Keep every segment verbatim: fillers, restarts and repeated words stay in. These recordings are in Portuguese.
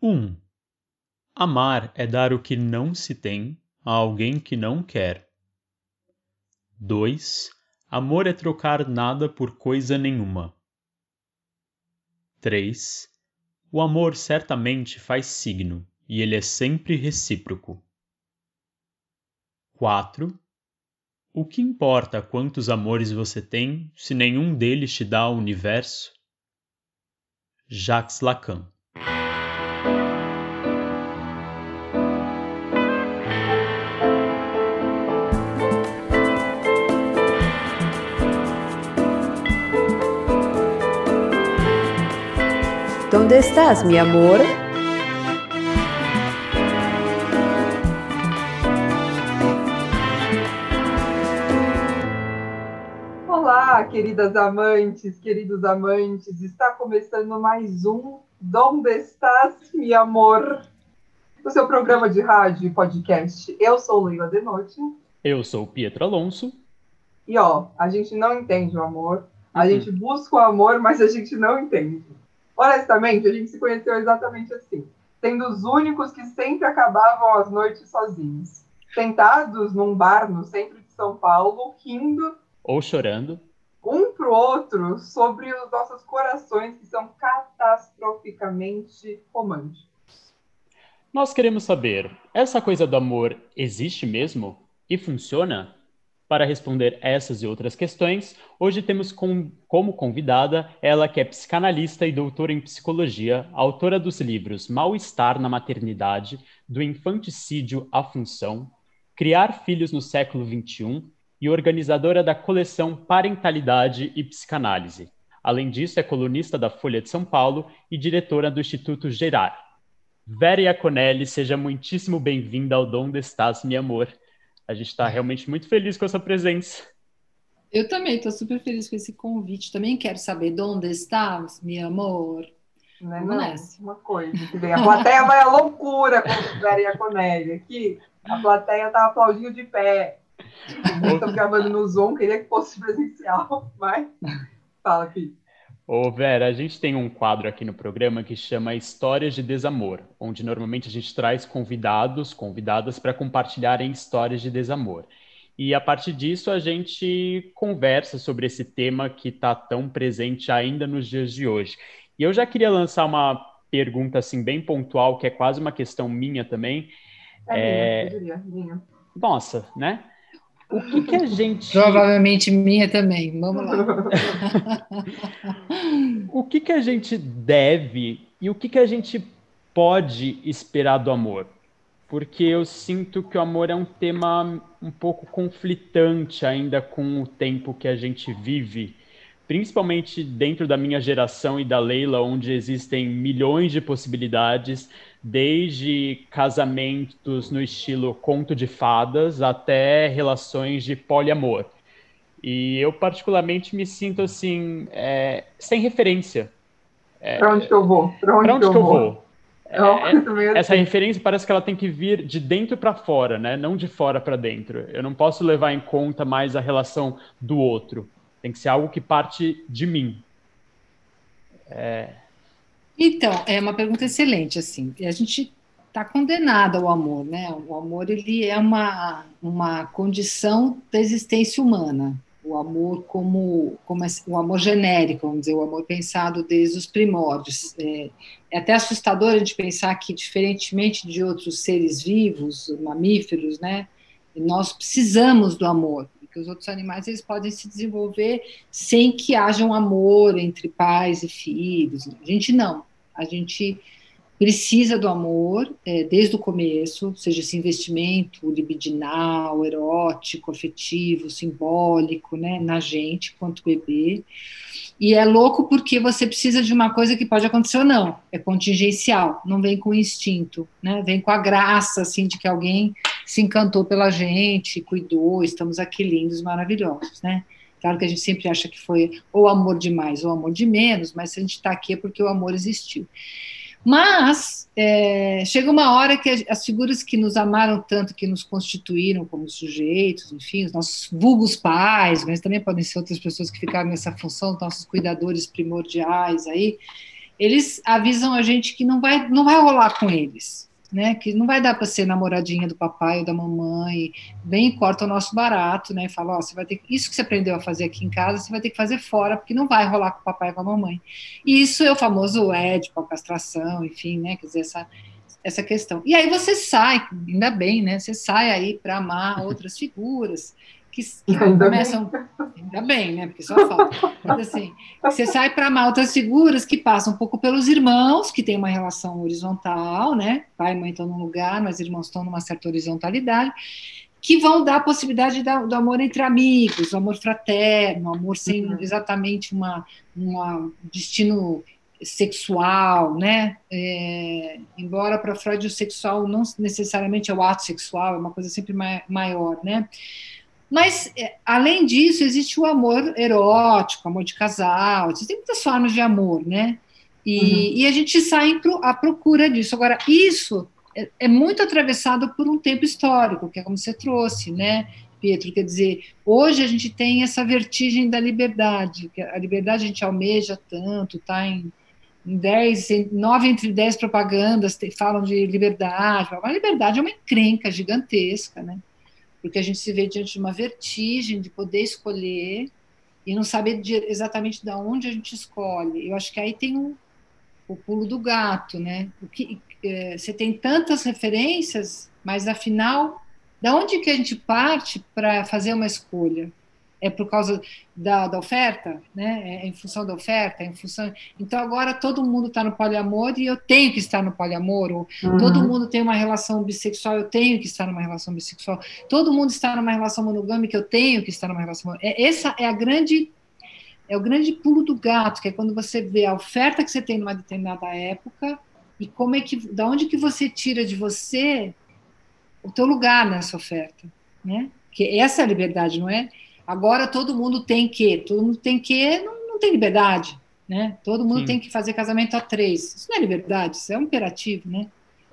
um. Amar é dar o que não se tem a alguém que não quer. dois. Amor é trocar nada por coisa nenhuma. três. O amor certamente faz signo, e ele é sempre recíproco. quatro. O que importa quantos amores você tem, se nenhum deles te dá o universo? Jacques Lacan. ¿Dónde estás, mi amor? Olá, queridas amantes, queridos amantes. Está começando mais um Donde estás, mi amor? O seu programa de rádio e podcast. Eu sou Leila Denotti. Eu sou Pietro Alonso. E ó, a gente não entende o amor. A uhum. gente busca o amor, mas a gente não entende. Honestamente, a gente se conheceu exatamente assim, sendo os únicos que sempre acabavam as noites sozinhos, sentados num bar no centro de São Paulo, rindo ou chorando um pro outro sobre os nossos corações que são catastroficamente românticos. Nós queremos saber, essa coisa do amor existe mesmo? E funciona? Para responder essas e outras questões, hoje temos com, como convidada ela que é psicanalista e doutora em psicologia, autora dos livros Mal-Estar na Maternidade, do Infanticídio à Função, Criar Filhos no Século vinte e um e organizadora da coleção Parentalidade e Psicanálise. Além disso, é colunista da Folha de São Paulo e diretora do Instituto Gerar. Vera Iaconelli, seja muitíssimo bem-vinda ao Donde Estás, meu amor. A gente está realmente muito feliz com a sua presença. Eu também estou super feliz com esse convite. Também quero saber onde estás, meu amor. Não é não, nessa. Uma coisa que vem. A plateia vai à loucura com o Vera Iaconelli aqui. A plateia está aplaudindo de pé. Estamos gravando no Zoom, queria que fosse presencial, mas fala aqui. Ô Vera, a gente tem um quadro aqui no programa que chama Histórias de Desamor, onde normalmente a gente traz convidados, convidadas para compartilharem histórias de desamor. E a partir disso a gente conversa sobre esse tema que está tão presente ainda nos dias de hoje. E eu já queria lançar uma pergunta assim bem pontual, que é quase uma questão minha também. É, é... minha, eu diria, minha. Nossa, né? O que que a gente... Provavelmente minha também, vamos lá. O que que a gente deve e o que que a gente pode esperar do amor? Porque eu sinto que o amor é um tema um pouco conflitante ainda com o tempo que a gente vive, principalmente dentro da minha geração e da Leila, onde existem milhões de possibilidades, desde casamentos no estilo conto de fadas até relações de poliamor. E eu particularmente me sinto assim, é, sem referência. É, para onde que eu vou? Para onde, onde que eu, que eu vou? vou? É, é, essa referência parece que ela tem que vir de dentro para fora, né? Não de fora para dentro. Eu não posso levar em conta mais a relação do outro. Tem que ser algo que parte de mim. É... Então, é uma pergunta excelente, assim. A gente está condenado ao amor, né? O amor, ele é uma, uma condição da existência humana. O amor como, como o amor genérico, vamos dizer, o amor pensado desde os primórdios. É, é até assustador a gente pensar que, diferentemente de outros seres vivos, mamíferos, né? Nós precisamos do amor. Que os outros animais eles podem se desenvolver sem que haja um amor entre pais e filhos. A gente não. A gente precisa do amor é, desde o começo, seja esse investimento libidinal, erótico, afetivo, simbólico, né, na gente, quanto bebê. E é louco porque você precisa de uma coisa que pode acontecer ou não. É contingencial, não vem com instinto, né? Vem com a graça assim, de que alguém se encantou pela gente, cuidou, estamos aqui lindos, maravilhosos, né? Claro que a gente sempre acha que foi ou amor de mais ou amor de menos, mas se a gente está aqui é porque o amor existiu. Mas é, chega uma hora que as figuras que nos amaram tanto, que nos constituíram como sujeitos, enfim, os nossos vulgos pais, mas também podem ser outras pessoas que ficaram nessa função, nossos cuidadores primordiais aí, eles avisam a gente que não vai, não vai rolar com eles, né? Que não vai dar para ser namoradinha do papai ou da mamãe, bem corta o nosso barato, né? E fala, ó, você vai ter que, isso que você aprendeu a fazer aqui em casa, você vai ter que fazer fora, porque não vai rolar com o papai e com a mamãe. E isso é o famoso édipo, a castração, enfim, né? Quer dizer, essa, essa questão. E aí você sai, ainda bem, né? Você sai aí para amar outras figuras que, que Ainda começam... bem. Ainda bem, né? Porque só falta. Mas assim, você sai para amar outras figuras que passam um pouco pelos irmãos, que tem uma relação horizontal, né? Pai e mãe estão num lugar, mas irmãos estão numa certa horizontalidade, que vão dar a possibilidade da, do amor entre amigos, o amor fraterno, o amor sem Uhum. exatamente uma, uma destino sexual, né? É, embora para Freud o sexual não necessariamente é o ato sexual, é uma coisa sempre mai, maior, né? Mas, além disso, existe o amor erótico, amor de casal, existem muitas formas de amor, né? E, uhum. e a gente sai à procura disso. Agora, isso é, é muito atravessado por um tempo histórico, que é como você trouxe, né, Pietro? Quer dizer, hoje a gente tem essa vertigem da liberdade, que a liberdade a gente almeja tanto, está em dez, nove entre dez propagandas falam de liberdade. A liberdade é uma encrenca gigantesca, né? Porque a gente se vê diante de uma vertigem de poder escolher e não saber de, exatamente de onde a gente escolhe. Eu acho que aí tem um, o pulo do gato, né? O que, é, você tem tantas referências, mas afinal, da onde que a gente parte para fazer uma escolha? É por causa da, da oferta, né? É em função da oferta, é em função. Então agora todo mundo está no poliamor e eu tenho que estar no poliamor. Ou uhum. Todo mundo tem uma relação bissexual, eu tenho que estar numa relação bissexual. Todo mundo está numa relação monogâmica, eu tenho que estar numa relação. É, essa é a grande, é o grande pulo do gato, que é quando você vê a oferta que você tem numa determinada época e como é que, da onde que você tira de você o teu lugar nessa oferta, né? Que essa é a liberdade, não é? Agora todo mundo tem que, todo mundo tem que, não, não tem liberdade, né? Todo mundo Sim. tem que fazer casamento a três. Isso não é liberdade, isso é um imperativo, né?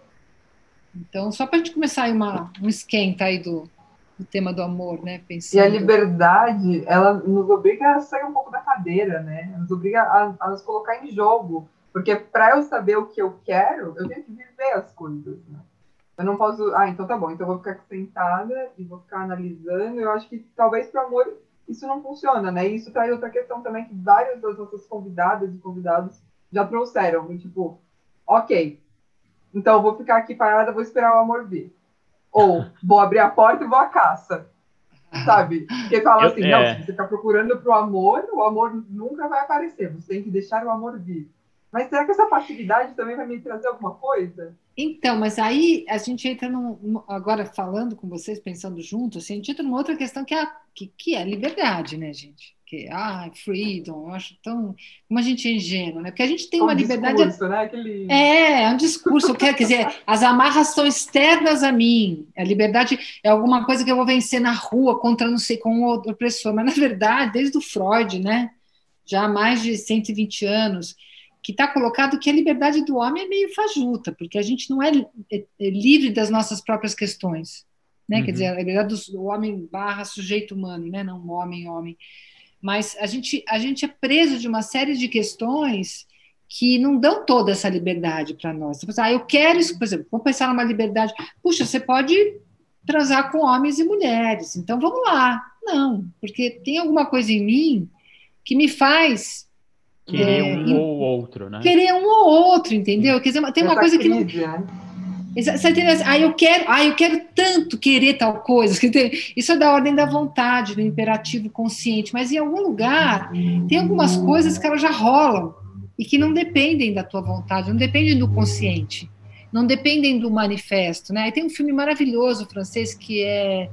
Então, só para a gente começar aí uma, um esquenta aí do, do tema do amor, né? Pensando... E a liberdade, ela nos obriga a sair um pouco da cadeira, né? Nos obriga a, a nos colocar em jogo. Porque para eu saber o que eu quero, eu tenho que viver as coisas, né? Eu não posso... Ah, então tá bom. Então eu vou ficar sentada e vou ficar analisando. Eu acho que talvez para o amor isso não funciona, né? E isso traz outra questão também que várias das nossas convidadas e convidados já trouxeram. Tipo, ok, então eu vou ficar aqui parada, vou esperar o amor vir. Ou vou abrir a porta e vou à caça. Sabe? Porque fala assim, eu, é... não, se você está procurando pro amor, o amor nunca vai aparecer. Você tem que deixar o amor vir. Mas será que essa passividade também vai me trazer alguma coisa? Então, mas aí a gente entra num, agora falando com vocês, pensando juntos, assim, a gente entra numa outra questão que é a, que, que é a liberdade, né, gente? Que é, ah, freedom, eu acho tão... Como a gente é ingênuo, né? Porque a gente tem um uma liberdade... Discurso, né? Aquele... É, é um discurso, quer dizer, as amarras são externas a mim, a liberdade é alguma coisa que eu vou vencer na rua contra não sei com outra pessoa, mas na verdade, desde o Freud, né, já há mais de cento e vinte anos, que está colocado que a liberdade do homem é meio fajuta, porque a gente não é, é, é livre das nossas próprias questões, né? Uhum. Quer dizer, a liberdade do homem barra sujeito humano, né? Não homem, homem. Mas a gente, a gente é preso de uma série de questões que não dão toda essa liberdade para nós. Você pensa, ah, eu quero isso, por exemplo, vamos pensar numa liberdade. Puxa, você pode transar com homens e mulheres, então vamos lá. Não, porque tem alguma coisa em mim que me faz... Querer é, um ou outro, né? Querer um ou outro, entendeu? Quer dizer, tem uma Essa coisa crise, que não... Né? Você entendeu? Ah, eu quero, ah, eu quero tanto querer tal coisa. Isso é da ordem da vontade, do imperativo consciente. Mas em algum lugar tem algumas coisas que elas já rolam e que não dependem da tua vontade, não dependem do consciente, não dependem do manifesto, né? E tem um filme maravilhoso francês que é,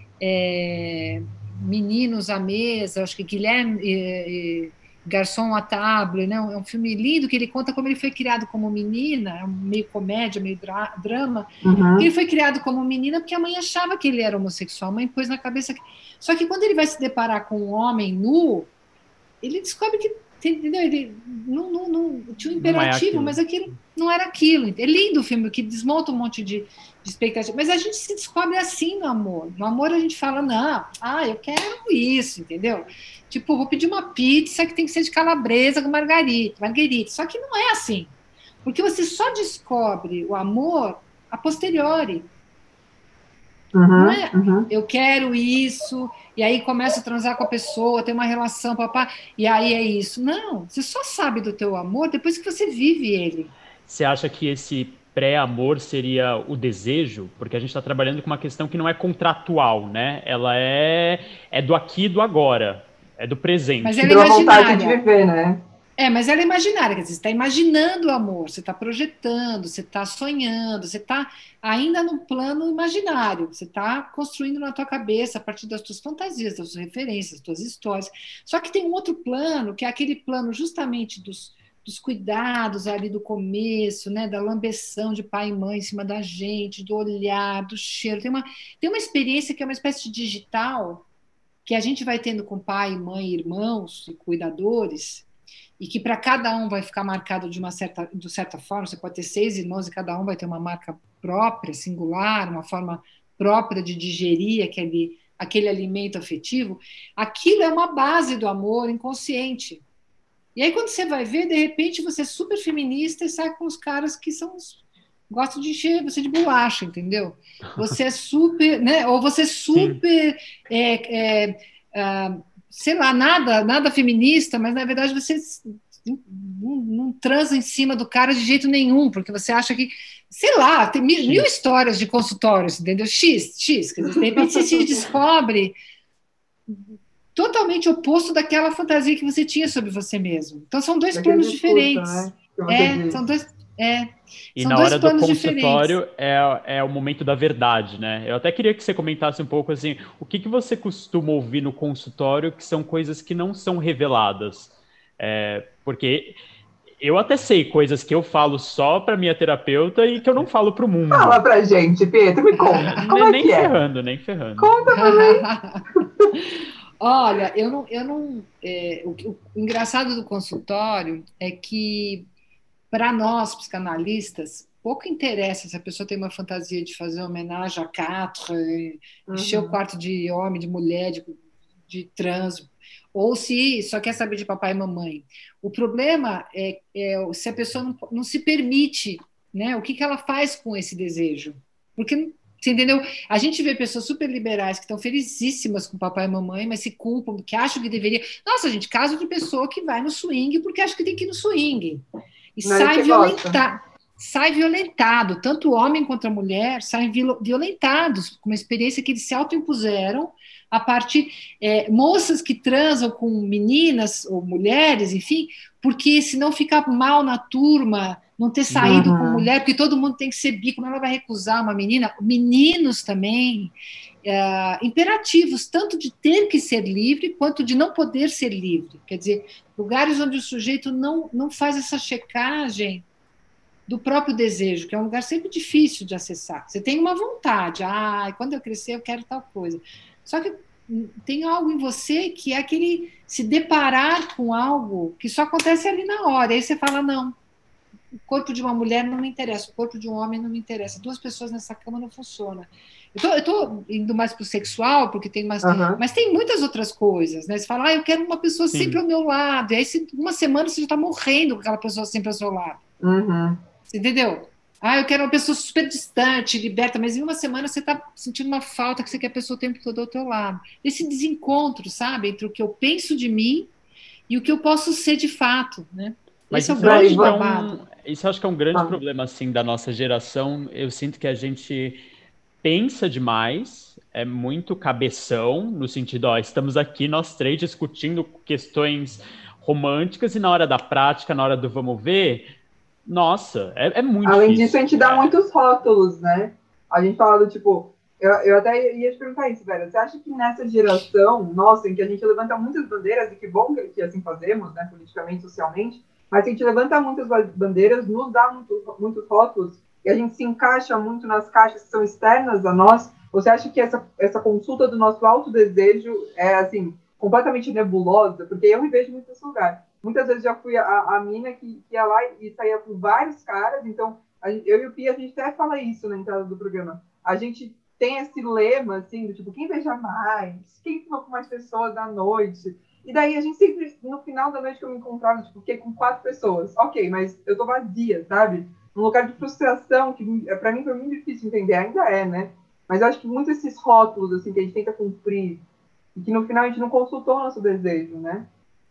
é Meninos à Mesa, acho que Guilherme e, e Garçom à Table, né? É um filme lindo que ele conta como ele foi criado como menina, é meio comédia, meio dra drama. Uhum. Ele foi criado como menina porque a mãe achava que ele era homossexual, a mãe pôs na cabeça que... Só que quando ele vai se deparar com um homem nu, ele descobre que Entendeu? Ele não, não, não tinha um Não é imperativo, aquilo. mas aquilo não era aquilo. É lindo o filme, que desmonta um monte de, de expectativa. Mas a gente se descobre assim no amor. No amor a gente fala, não, ah, eu quero isso, entendeu? Tipo, vou pedir uma pizza que tem que ser de calabresa com margarita, marguerita. Só que não é assim. Porque você só descobre o amor a posteriori. Não Uhum, é, uhum. eu quero isso, e aí começa a transar com a pessoa, tem uma relação, papá, e aí é isso. Não, você só sabe do teu amor depois que você vive ele. Você acha que esse pré-amor seria o desejo? Porque a gente está trabalhando com uma questão que não é contratual, né? Ela é, é do aqui e do agora, é do Mas presente. ela é Pela vontade de imaginária. viver, né? É, mas ela é imaginária, quer dizer, você está imaginando o amor, você está projetando, você está sonhando, você está ainda no plano imaginário, você está construindo na tua cabeça a partir das tuas fantasias, das tuas referências, das tuas histórias. Só que tem um outro plano, que é aquele plano justamente dos, dos cuidados ali do começo, né, da lambeção de pai e mãe em cima da gente, do olhar, do cheiro. Tem uma, tem uma experiência que é uma espécie de digital que a gente vai tendo com pai, mãe, irmãos e cuidadores, e que para cada um vai ficar marcado de uma certa, de certa forma. Você pode ter seis irmãos e cada um vai ter uma marca própria, singular, uma forma própria de digerir aquele, aquele alimento afetivo. Aquilo é uma base do amor inconsciente. E aí, quando você vai ver, de repente, você é super feminista e sai com os caras que são os, gostam de encher você de bolacha, entendeu? Você é super, né? Ou você é Sim, super, é, é, ah, sei lá, nada, nada feminista, mas na verdade você não, não transa em cima do cara de jeito nenhum, porque você acha que, sei lá, tem mil, mil X. histórias de consultórios, entendeu? X, X, quer dizer, de repente você se descobre totalmente oposto daquela fantasia que você tinha sobre você mesmo. Então são dois Daquele planos discurso, diferentes. né? Que você É, são disse. dois, é, E são na dois hora do planos diferentes. consultório é, é o momento da verdade, né? Eu até queria que você comentasse um pouco assim, o que, que você costuma ouvir no consultório que são coisas que não são reveladas? É, porque eu até sei coisas que eu falo só para minha terapeuta e que eu não falo para o Fala mundo. pra gente, Pedro, me conta. Como Ne- é Nem que é? ferrando, nem ferrando. Conta pra mim. Olha, eu não, eu não. É, o, o engraçado do consultório é que para nós psicanalistas pouco interessa se a pessoa tem uma fantasia de fazer homenagem a Quatre, encher o Uhum. quarto de homem, de mulher, de, de trans, ou se só quer saber de papai e mamãe. O problema é, é se a pessoa não, não se permite, né? O que, que ela faz com esse desejo? Porque, você entendeu? A gente vê pessoas super liberais que estão felicíssimas com papai e mamãe, mas se culpam, que acham que deveria. Nossa, gente, caso de pessoa que vai no swing porque acha que tem que ir no swing e Não é isso sai que você gosta. violentar, sai violentado, tanto o homem quanto a mulher saem violentados com uma experiência que eles se autoimpuseram a partir é, moças que transam com meninas ou mulheres, enfim, porque senão fica mal na turma não ter saído com Uhum. mulher, porque todo mundo tem que ser bi, como ela vai recusar uma menina? Meninos também, é, imperativos, tanto de ter que ser livre, quanto de não poder ser livre. Quer dizer, lugares onde o sujeito não, não faz essa checagem do próprio desejo, que é um lugar sempre difícil de acessar. Você tem uma vontade, ah, quando eu crescer eu quero tal coisa. Só que tem algo em você que é aquele se deparar com algo que só acontece ali na hora. Aí você fala, não, o corpo de uma mulher não me interessa, o corpo de um homem não me interessa. Duas pessoas nessa cama não funciona. Eu estou indo mais para o sexual, porque tem mais. Uhum. Mas tem muitas outras coisas, né? Você fala, ah, eu quero uma pessoa sempre Sim. ao meu lado. E aí, uma semana, você já está morrendo com aquela pessoa sempre ao seu lado. Uhum. Você entendeu? Ah, eu quero uma pessoa super distante, liberta, mas em uma semana você está sentindo uma falta que você quer a pessoa o tempo todo ao teu lado. Esse desencontro, sabe, entre o que eu penso de mim e o que eu posso ser de fato, né? Mas Esse é o isso eu Daí, grande acho que é vo- babado. um, isso eu acho que é um grande ah, problema assim da nossa geração. Eu sinto que a gente pensa demais, é muito cabeção, no sentido, ó, estamos aqui nós três discutindo questões românticas e na hora da prática, na hora do vamos ver, nossa, é, é muito além disso, a difícil. gente dá É, muitos rótulos, né? A gente fala do tipo. Eu, eu até ia te perguntar isso, velho. Você acha que nessa geração, nossa, em que a gente levanta muitas bandeiras, e que bom que, que assim fazemos, né, politicamente, socialmente, mas que a gente levanta muitas bandeiras, nos dá muitos, muitos rótulos, e a gente se encaixa muito nas caixas que são externas a nós? Você acha que essa, essa consulta do nosso autodesejo é, assim, completamente nebulosa? Porque eu me vejo muito nesse lugar. muitas vezes já fui a, a mina que, que ia lá e saía com vários caras, então a, eu e o Pia, a gente até fala isso na entrada do programa. A gente tem esse lema, assim, do tipo, quem beija mais? Quem ficou com mais pessoas na noite? E daí a gente sempre, no final da noite que eu me encontrava, tipo, fiquei com quatro pessoas. Ok, mas eu tô vazia, sabe? Um lugar de frustração que pra mim foi muito difícil entender, ainda é, né? Mas eu acho que muitos esses rótulos, assim, que a gente tenta cumprir, e que no final a gente não consultou o nosso desejo, né?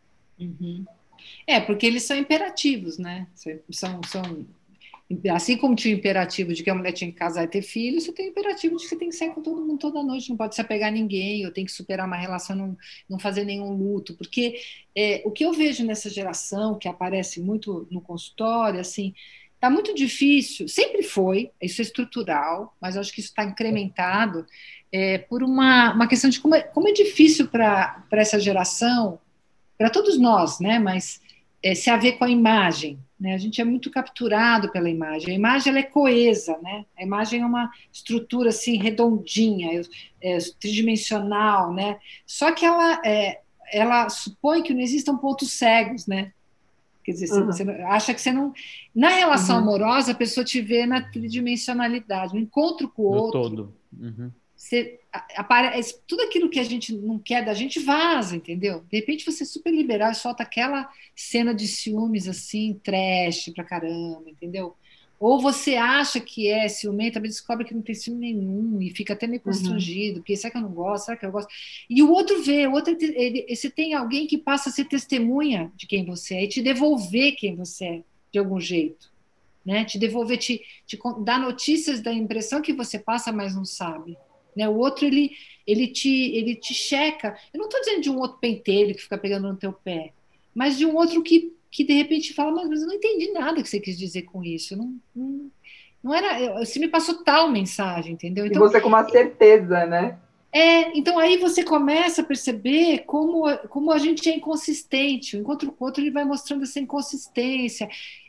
Uhum. É, porque eles são imperativos, né? São, são, assim como tinha o imperativo de que a mulher tinha que casar e ter filhos, você tem o imperativo de que você tem que sair com todo mundo toda noite, não pode se apegar a ninguém, ou tem que superar uma relação, não, não fazer nenhum luto. Porque é, o que eu vejo nessa geração, que aparece muito no consultório, assim, está muito difícil, sempre foi, isso é estrutural, mas eu acho que isso está incrementado é, por uma, uma questão de como é, como é difícil para essa geração, para todos nós, né? Mas é, se haver com a imagem, né? A gente é muito capturado pela imagem. A imagem ela é coesa, né? A imagem é uma estrutura assim redondinha, é, tridimensional, né? Só que ela é, ela supõe que não existam pontos cegos, né? Quer dizer, uhum. Você acha que você não. Na relação uhum. amorosa, a pessoa te vê na tridimensionalidade, no encontro com o no outro. Todo. Uhum. Você, aparece, tudo aquilo que a gente não quer da gente vaza, entendeu? De repente você é super liberal e solta aquela cena de ciúmes assim, trash pra caramba, entendeu? Ou você acha que é ciumento, mas descobre que não tem ciúme nenhum e fica até meio constrangido, uhum. porque será que eu não gosto? Será que eu gosto? E o outro vê, o outro, ele, você tem alguém que passa a ser testemunha de quem você é e te devolver quem você é, de algum jeito. Né? Te devolver, te, te dar notícias da impressão que você passa, mas não sabe. Né? O outro, ele, ele, te, ele te checa. Eu não estou dizendo de um outro pentelho que fica pegando no teu pé, mas de um outro que, que de repente fala, mas, mas eu não entendi nada que você quis dizer com isso. Não, não, não era, você me passou tal mensagem, entendeu? Então, e você com uma certeza, né? É, então aí você começa a perceber como, como a gente é inconsistente. O encontro com o outro ele vai mostrando essa inconsistência.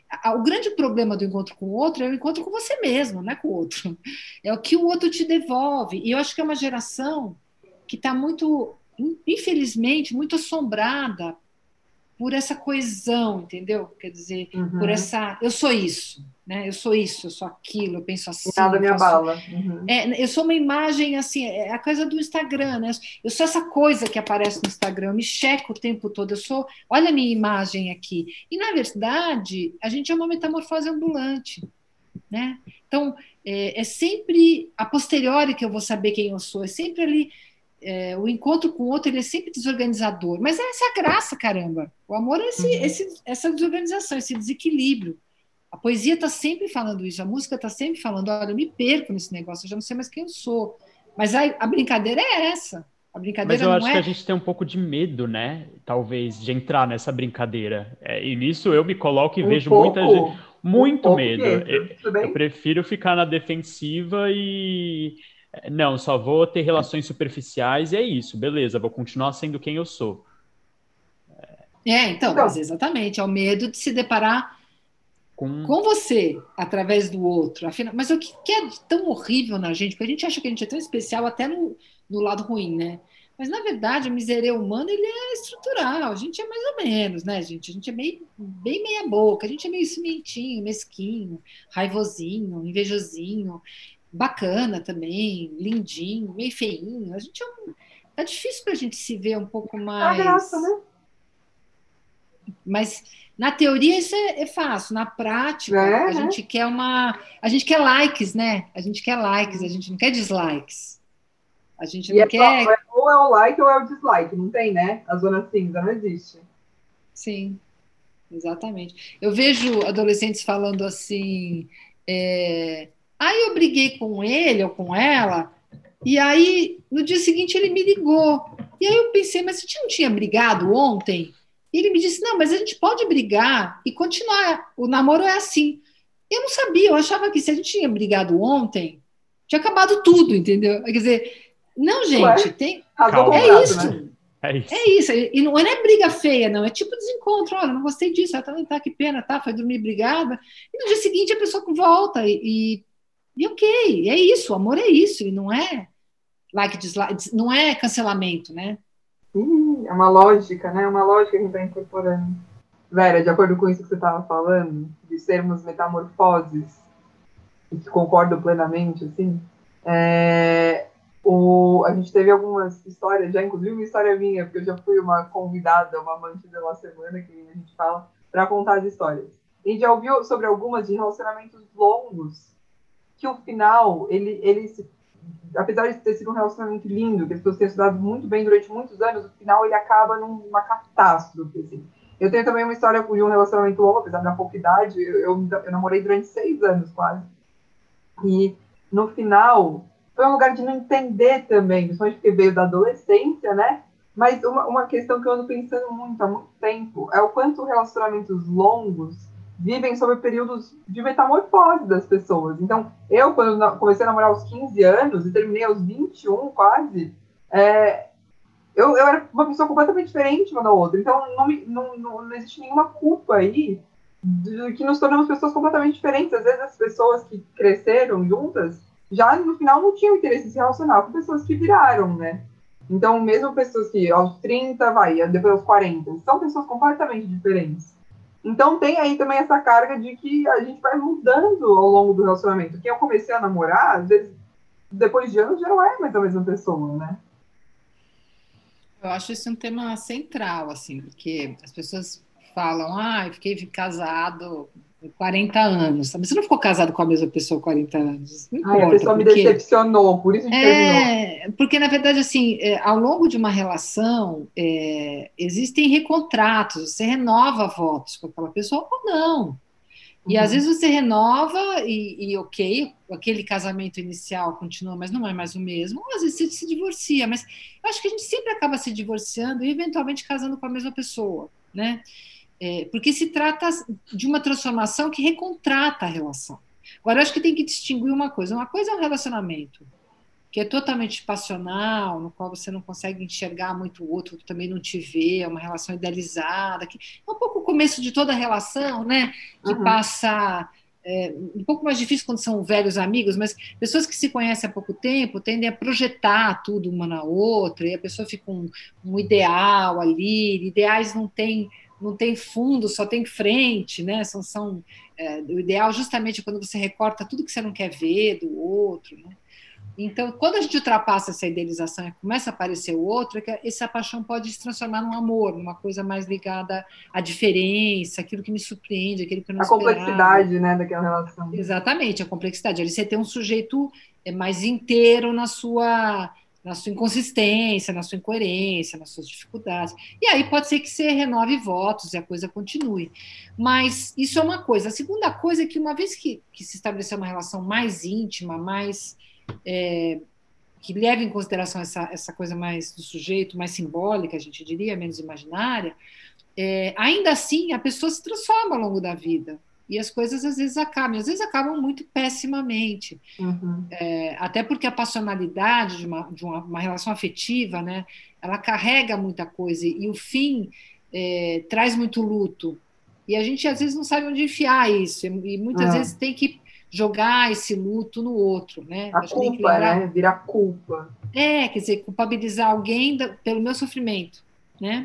O grande problema do encontro com o outro é o encontro com você mesmo, não é com o outro. É o que o outro te devolve. E eu acho que é uma geração que está muito, infelizmente, muito assombrada por essa coesão, entendeu? Quer dizer, uhum. por essa... Eu sou isso, né? Eu sou isso, eu sou aquilo, eu penso assim. E nada me faço... abala. Uhum. É, eu sou uma imagem, assim, é a coisa do Instagram, né? Eu sou essa coisa que aparece no Instagram, eu me checo o tempo todo, eu sou... Olha a minha imagem aqui. E, na verdade, a gente é uma metamorfose ambulante, né? Então, é, é sempre a posteriori que eu vou saber quem eu sou, é sempre ali... É, o encontro com o outro ele é sempre desorganizador, mas essa é a graça, caramba. O amor é esse, uhum. esse, essa desorganização, esse desequilíbrio. A poesia está sempre falando isso, a música está sempre falando, olha, eu me perco nesse negócio, eu já não sei mais quem eu sou. Mas a, a brincadeira é essa. A brincadeira mas eu não acho é... que a gente tem um pouco de medo, né? Talvez, de entrar nessa brincadeira. É, e nisso eu me coloco e um vejo pouco, muita gente... Muito um medo. medo. Eu, eu prefiro ficar na defensiva e... Não, só vou ter relações superficiais e é isso, beleza, vou continuar sendo quem eu sou. É, então, então. Mas exatamente, é o medo de se deparar com... com você, através do outro. Afinal, mas o que, que é tão horrível na gente, porque a gente acha que a gente é tão especial até no, no lado ruim, né? Mas, na verdade, o miséria humano, ele é estrutural, a gente é mais ou menos, né, gente? A gente é meio, bem meia boca, a gente é meio cimentinho, mesquinho, raivosinho, invejosinho, bacana também, lindinho, meio feinho. A gente é um... Tá difícil pra gente se ver um pouco mais... É graça, né? Mas na teoria isso é, é fácil, na prática é, a né? gente quer uma, a gente quer likes, né? A gente quer likes, a gente não quer dislikes. A gente e não é quer. Só, ou é o like ou é o dislike, não tem, né? A zona cinza não existe. Sim, exatamente. Eu vejo adolescentes falando assim, é... aí eu briguei com ele ou com ela, e aí no dia seguinte ele me ligou. E aí eu pensei, mas você não tinha brigado ontem? E ele me disse, não, mas a gente pode brigar e continuar. O namoro é assim. Eu não sabia, eu achava que se a gente tinha brigado ontem, tinha acabado tudo, entendeu? Quer dizer, não, gente, Ué, tem... é isso. Né? É isso. É isso. E não é briga feia, não. É tipo desencontro. Olha, não gostei disso. Ah, tá, tá, que pena, tá? Foi dormir brigada. E no dia seguinte a pessoa volta. E, e, e ok, é isso. O amor é isso. E não é like, dislike, não é cancelamento, né? Ih, é uma lógica, né? Uma lógica que a gente está incorporando. Vera, de acordo com isso que você estava falando, de sermos metamorfoses, e que concordo plenamente, assim, é, o, a gente teve algumas histórias, já inclusive uma história minha, porque eu já fui uma convidada, uma amante de uma semana, que a gente fala, para contar as histórias. A gente já ouviu sobre algumas de relacionamentos longos, que o final, ele, ele se, apesar de ter sido um relacionamento lindo, que as pessoas tenham estudado muito bem durante muitos anos, o final ele acaba numa catástrofe, assim. Eu tenho também uma história de um relacionamento longo, apesar da pouca idade, eu, eu, eu namorei durante seis anos quase. E no final, foi um lugar de não entender também, principalmente porque veio da adolescência, né? Mas uma, uma questão que eu ando pensando muito há muito tempo é o quanto relacionamentos longos vivem sobre períodos de metamorfose das pessoas. Então, eu, quando comecei a namorar aos quinze anos e terminei aos vinte e um quase, é, eu, eu era uma pessoa completamente diferente uma da outra. Então, não, não, não, não existe nenhuma culpa aí de que nos tornamos pessoas completamente diferentes. Às vezes, as pessoas que cresceram juntas, já no final não tinham interesse em se relacionar com pessoas que viraram, né? Então, mesmo pessoas que aos trinta, vai, depois aos quarenta, são pessoas completamente diferentes. Então, tem aí também essa carga de que a gente vai mudando ao longo do relacionamento. Quem eu comecei a namorar, às vezes, depois de anos, já não é mais a mesma pessoa, né? Eu acho isso um tema central, assim, porque as pessoas falam, ah, eu fiquei casado com quarenta anos. Sabe? Você não ficou casado com a mesma pessoa há quarenta anos. Não importa. Ai, a pessoa me porque... decepcionou, por isso que terminou. É, porque, na verdade, assim, é, ao longo de uma relação, é, existem recontratos, você renova votos com aquela pessoa ou não. E Uhum. às vezes você renova e, e ok, aquele casamento inicial continua, mas não é mais o mesmo. Ou às vezes você se divorcia, mas eu acho que a gente sempre acaba se divorciando e eventualmente casando com a mesma pessoa, né? É, porque se trata de uma transformação que recontrata a relação. Agora, eu acho que tem que distinguir uma coisa. Uma coisa é um relacionamento que é totalmente passional, no qual você não consegue enxergar muito o outro, que também não te vê, é uma relação idealizada, que é um pouco o começo de toda a relação, né? Que Uhum. passa... É um pouco mais difícil quando são velhos amigos, mas pessoas que se conhecem há pouco tempo tendem a projetar tudo uma na outra, e a pessoa fica um, um ideal ali, ideais não tem, não tem fundo, só tem frente, né? São, são, é, o ideal justamente é quando você recorta tudo que você não quer ver do outro, né? Então, quando a gente ultrapassa essa idealização e começa a aparecer o outro, é que essa paixão pode se transformar num amor, numa coisa mais ligada à diferença, aquilo que me surpreende, aquilo que eu não A esperava. complexidade, né, daquela relação. Exatamente, a complexidade. Ali você tem um sujeito mais inteiro na sua, na sua inconsistência, na sua incoerência, nas suas dificuldades. E aí pode ser que você renove votos e a coisa continue. Mas isso é uma coisa. A segunda coisa é que, uma vez que, que se estabeleceu uma relação mais íntima, mais... É, que leva em consideração essa, essa coisa mais do sujeito, mais simbólica, a gente diria, menos imaginária, é, ainda assim a pessoa se transforma ao longo da vida. E as coisas às vezes acabam, às vezes acabam muito pessimamente. Uhum. É, até porque a passionalidade de, uma, de uma, uma relação afetiva, né, ela carrega muita coisa, e o fim é, traz muito luto. E a gente às vezes não sabe onde enfiar isso, e muitas É. vezes tem que jogar esse luto no outro, né? A Acho que tem que culpa, lembrar... né? Vira culpa. É, quer dizer, culpabilizar alguém da, pelo meu sofrimento, né?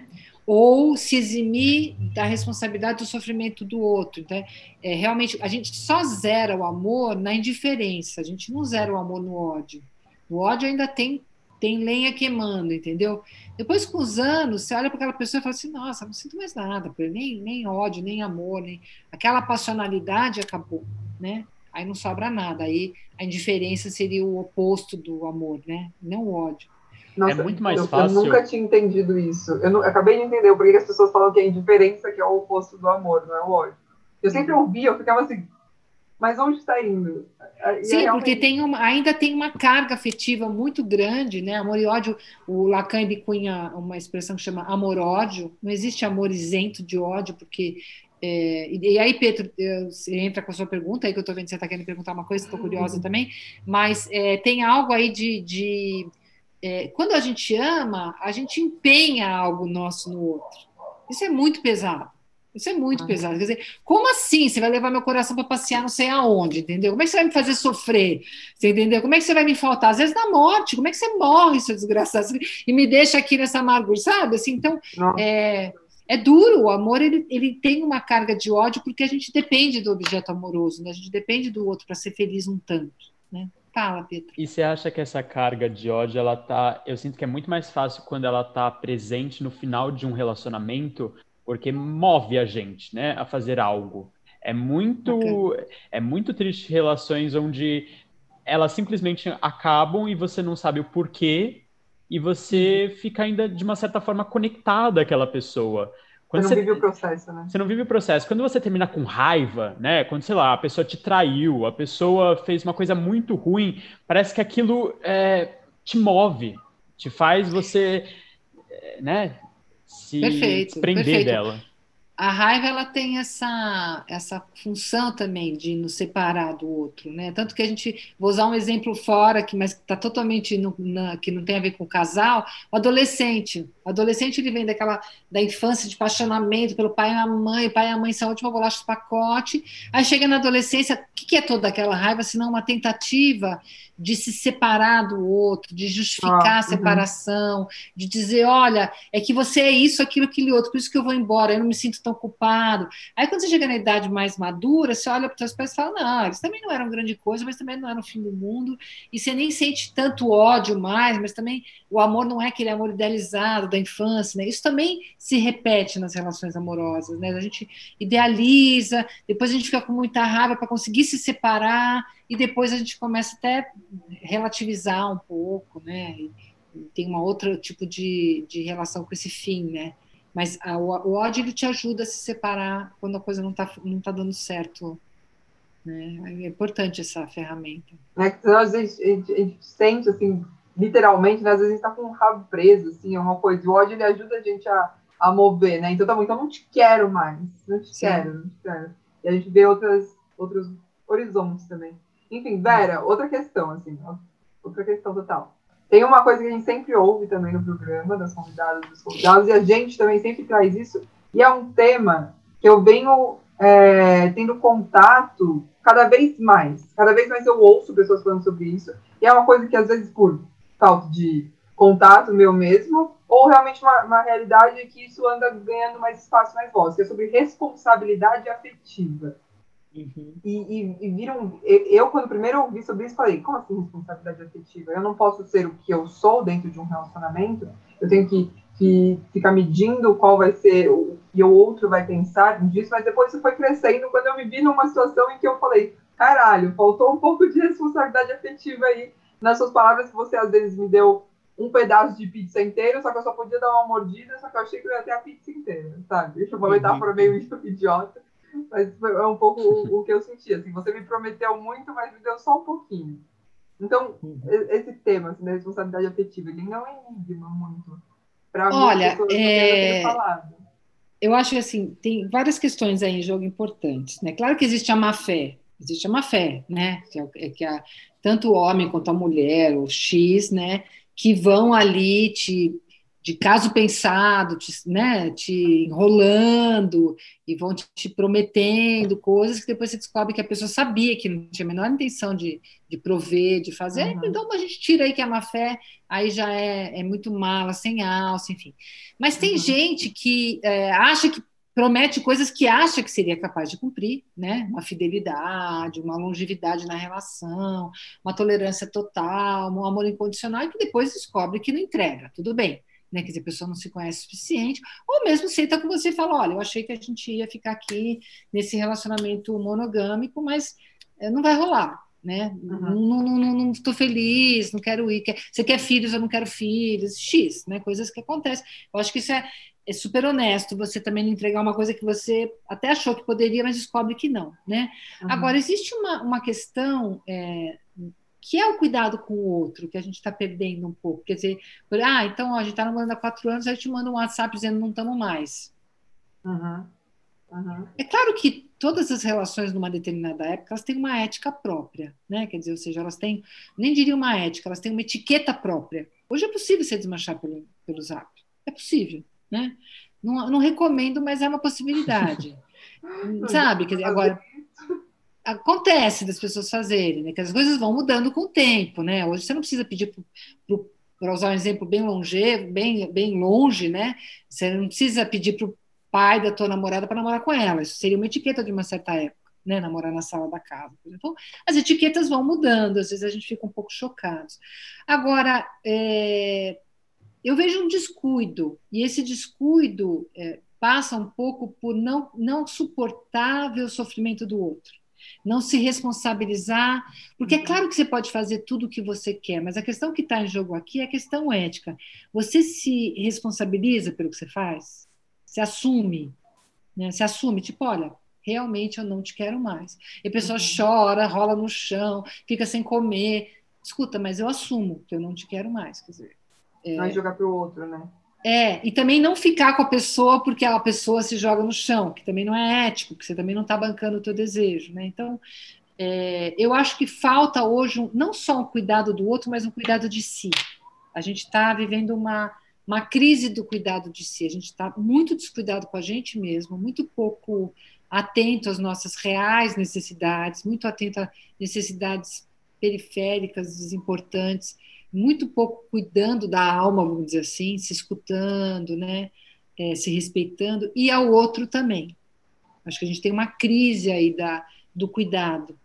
Ou se eximir da responsabilidade do sofrimento do outro. Então, é, realmente, a gente só zera o amor na indiferença, a gente não zera o amor no ódio. O ódio ainda tem, tem lenha queimando, entendeu? Depois, com os anos, você olha para aquela pessoa e fala assim, nossa, não sinto mais nada, nem, nem ódio, nem amor, nem... aquela passionalidade acabou, né? Aí não sobra nada, aí a indiferença seria o oposto do amor, né? Não o ódio. Nossa, É muito mais eu, fácil. eu nunca tinha entendido isso. Eu, não, eu acabei de entender por que as pessoas falam que a indiferença que é o oposto do amor, não é o ódio. Eu sempre ouvi, eu ficava assim, mas onde está indo? E Sim, realmente... porque tem uma, ainda tem uma carga afetiva muito grande, né? Amor e ódio, o Lacan ele cunha uma expressão que chama amor-ódio. Não existe amor isento de ódio, porque... É, e, e aí, Pedro, você entra com a sua pergunta, aí que eu estou vendo que você está querendo perguntar uma coisa, estou curiosa também, mas é, tem algo aí de... de é, quando a gente ama, a gente empenha algo nosso no outro. Isso é muito pesado. Isso é muito Uhum. pesado. Quer dizer, como assim você vai levar meu coração para passear não sei aonde, entendeu? Como é que você vai me fazer sofrer? Você entendeu? Como é que você vai me faltar? Às vezes na morte. Como é que você morre, seu desgraçado? E me deixa aqui nessa amargura, sabe? Assim, então, é, É duro, o amor ele, ele tem uma carga de ódio porque a gente depende do objeto amoroso, né? A gente depende do outro para ser feliz um tanto, né? Fala, Pedro. E você acha que essa carga de ódio, ela tá... Eu sinto que é muito mais fácil quando ela tá presente no final de um relacionamento, porque move a gente, né, a fazer algo. É muito, é muito triste relações onde elas simplesmente acabam e você não sabe o porquê e você fica ainda, de uma certa forma, conectado àquela pessoa. Quando Você não você, vive o processo, né? você não vive o processo. Quando você termina com raiva, né? Quando, sei lá, a pessoa te traiu, a pessoa fez uma coisa muito ruim, parece que aquilo é, te move, te faz você, é, né, se Perfeito, desprender perfeito. dela. A raiva ela tem essa, essa função também de nos separar do outro, né? Tanto que a gente, vou usar um exemplo fora, que, mas que está totalmente no, na, que não tem a ver com o casal, o adolescente. O adolescente ele vem daquela da infância de apaixonamento pelo pai e a mãe, o pai e a mãe são a última bolacha do pacote. Aí chega na adolescência, o que, que é toda aquela raiva, senão uma tentativa de se separar do outro, de justificar Ah, a uhum. separação, de dizer, olha, é que você é isso, aquilo, aquele outro, por isso que eu vou embora, eu não me sinto tão culpado. Aí quando você chega na idade mais madura, você olha para os seus pais e fala, não, eles também não eram grande coisa, mas também não eram o fim do mundo, e você nem sente tanto ódio mais, mas também o amor não é aquele amor idealizado da infância, né? Isso também se repete nas relações amorosas, né? A gente idealiza, depois a gente fica com muita raiva para conseguir se separar, e depois a gente começa até a relativizar um pouco, né? E tem um outro tipo de, de relação com esse fim, né? Mas a, o ódio ele te ajuda a se separar quando a coisa não está não tá dando certo, né? É importante essa ferramenta. Né? Que às vezes a gente, a gente sente, assim, literalmente, né? Às vezes a gente tá com o rabo preso, assim, é uma coisa. O ódio ele ajuda a gente a, a mover, né? Então tá bom, então não te quero mais, não te Sim. quero, não te quero. E a gente vê outras, outros horizontes também. Enfim, Vera, outra questão, assim, outra questão total. Tem uma coisa que a gente sempre ouve também no programa, das convidadas dos convidados, e a gente também sempre traz isso, e é um tema que eu venho é, tendo contato cada vez mais. Cada vez mais eu ouço pessoas falando sobre isso, e é uma coisa que às vezes por falta de contato meu mesmo, ou realmente uma, uma realidade que isso anda ganhando mais espaço, mais voz, que é sobre responsabilidade afetiva. Uhum. E, e, e viram, eu quando primeiro ouvi sobre isso falei, como assim responsabilidade afetiva? Eu não posso ser o que eu sou dentro de um relacionamento, eu tenho que, que ficar medindo qual vai ser o que o outro vai pensar disso, mas depois isso foi crescendo quando eu me vi numa situação em que eu falei, caralho, faltou um pouco de responsabilidade afetiva aí nas suas palavras, que você às vezes me deu um pedaço de pizza inteiro, só que eu só podia dar uma mordida, só que eu achei que eu ia ter a pizza inteira, sabe? Deixa eu uma metáfora meio idiota. Mas é um pouco o, o que eu senti, assim, você me prometeu muito, mas me deu só um pouquinho. Então, uhum. esse tema, assim, da responsabilidade afetiva, ele não é enigma muito. Para Olha, pessoas é... falado. eu acho que, assim, tem várias questões aí em jogo importantes, né? Claro que existe a má-fé, existe a má-fé, né? Que é que a, tanto o homem quanto a mulher, o X, né? Que vão ali te... de caso pensado, te, né, te enrolando e vão te, te prometendo coisas que depois você descobre que a pessoa sabia que não tinha a menor intenção de, de prover, de fazer. Uhum. Então a gente tira aí que a má fé aí já é, é muito mala, sem alça, enfim. Mas tem uhum. gente que é, acha que promete coisas que acha que seria capaz de cumprir, né? Uma fidelidade, uma longevidade na relação, uma tolerância total, um amor incondicional, e que depois descobre que não entrega. Tudo bem. Né, quer dizer, a pessoa não se conhece o suficiente, ou mesmo senta com você e fala, olha, eu achei que a gente ia ficar aqui nesse relacionamento monogâmico, mas não vai rolar, né? Uhum. Não, não, não, não estou feliz, não quero ir. Você quer filhos, eu não quero filhos, X, né? Coisas que acontecem. Eu acho que isso é, é super honesto, você também não entregar uma coisa que você até achou que poderia, mas descobre que não, né? Uhum. Agora, existe uma, uma questão... É, que é o cuidado com o outro, que a gente está perdendo um pouco. Quer dizer, ah, então ó, a gente está namorando há quatro anos, aí te manda um WhatsApp dizendo não estamos mais. Uhum. Uhum. É claro que todas as relações numa determinada época, elas têm uma ética própria, né? Quer dizer, ou seja, elas têm, nem diria uma ética, elas têm uma etiqueta própria. Hoje é possível você desmanchar pelo, pelo Zap. É possível, né? Não, não recomendo, mas é uma possibilidade. Sabe? Quer dizer, agora... acontece das pessoas fazerem, né? Que as coisas vão mudando com o tempo, né? Hoje você não precisa pedir para usar um exemplo bem longevo, bem, bem longe, né? Você não precisa pedir para pai da tua namorada para namorar com ela. Isso seria uma etiqueta de uma certa época, né? Namorar na sala da casa. Então, as etiquetas vão mudando, às vezes a gente fica um pouco chocados. Agora, é, eu vejo um descuido, e esse descuido é, passa um pouco por não, não suportar ver o sofrimento do outro, não se responsabilizar, porque é claro que você pode fazer tudo o que você quer, mas a questão que está em jogo aqui é a questão ética. Você se responsabiliza pelo que você faz? Se assume, né? Se assume, tipo, olha, realmente eu não te quero mais. E a pessoa chora, rola no chão, fica sem comer. Escuta, mas eu assumo que eu não te quero mais, quer dizer. Não é jogar para o outro, né? É, e também não ficar com a pessoa porque a pessoa se joga no chão, que também não é ético, que você também não está bancando o teu desejo, né? Então, é, eu acho que falta hoje um, não só um cuidado do outro, mas um cuidado de si. A gente está vivendo uma, uma crise do cuidado de si, a gente está muito descuidado com a gente mesmo, muito pouco atento às nossas reais necessidades, muito atento a necessidades periféricas, desimportantes, muito pouco cuidando da alma, vamos dizer assim, se escutando, né, é, se respeitando, e ao outro também. Acho que a gente tem uma crise aí da, do cuidado.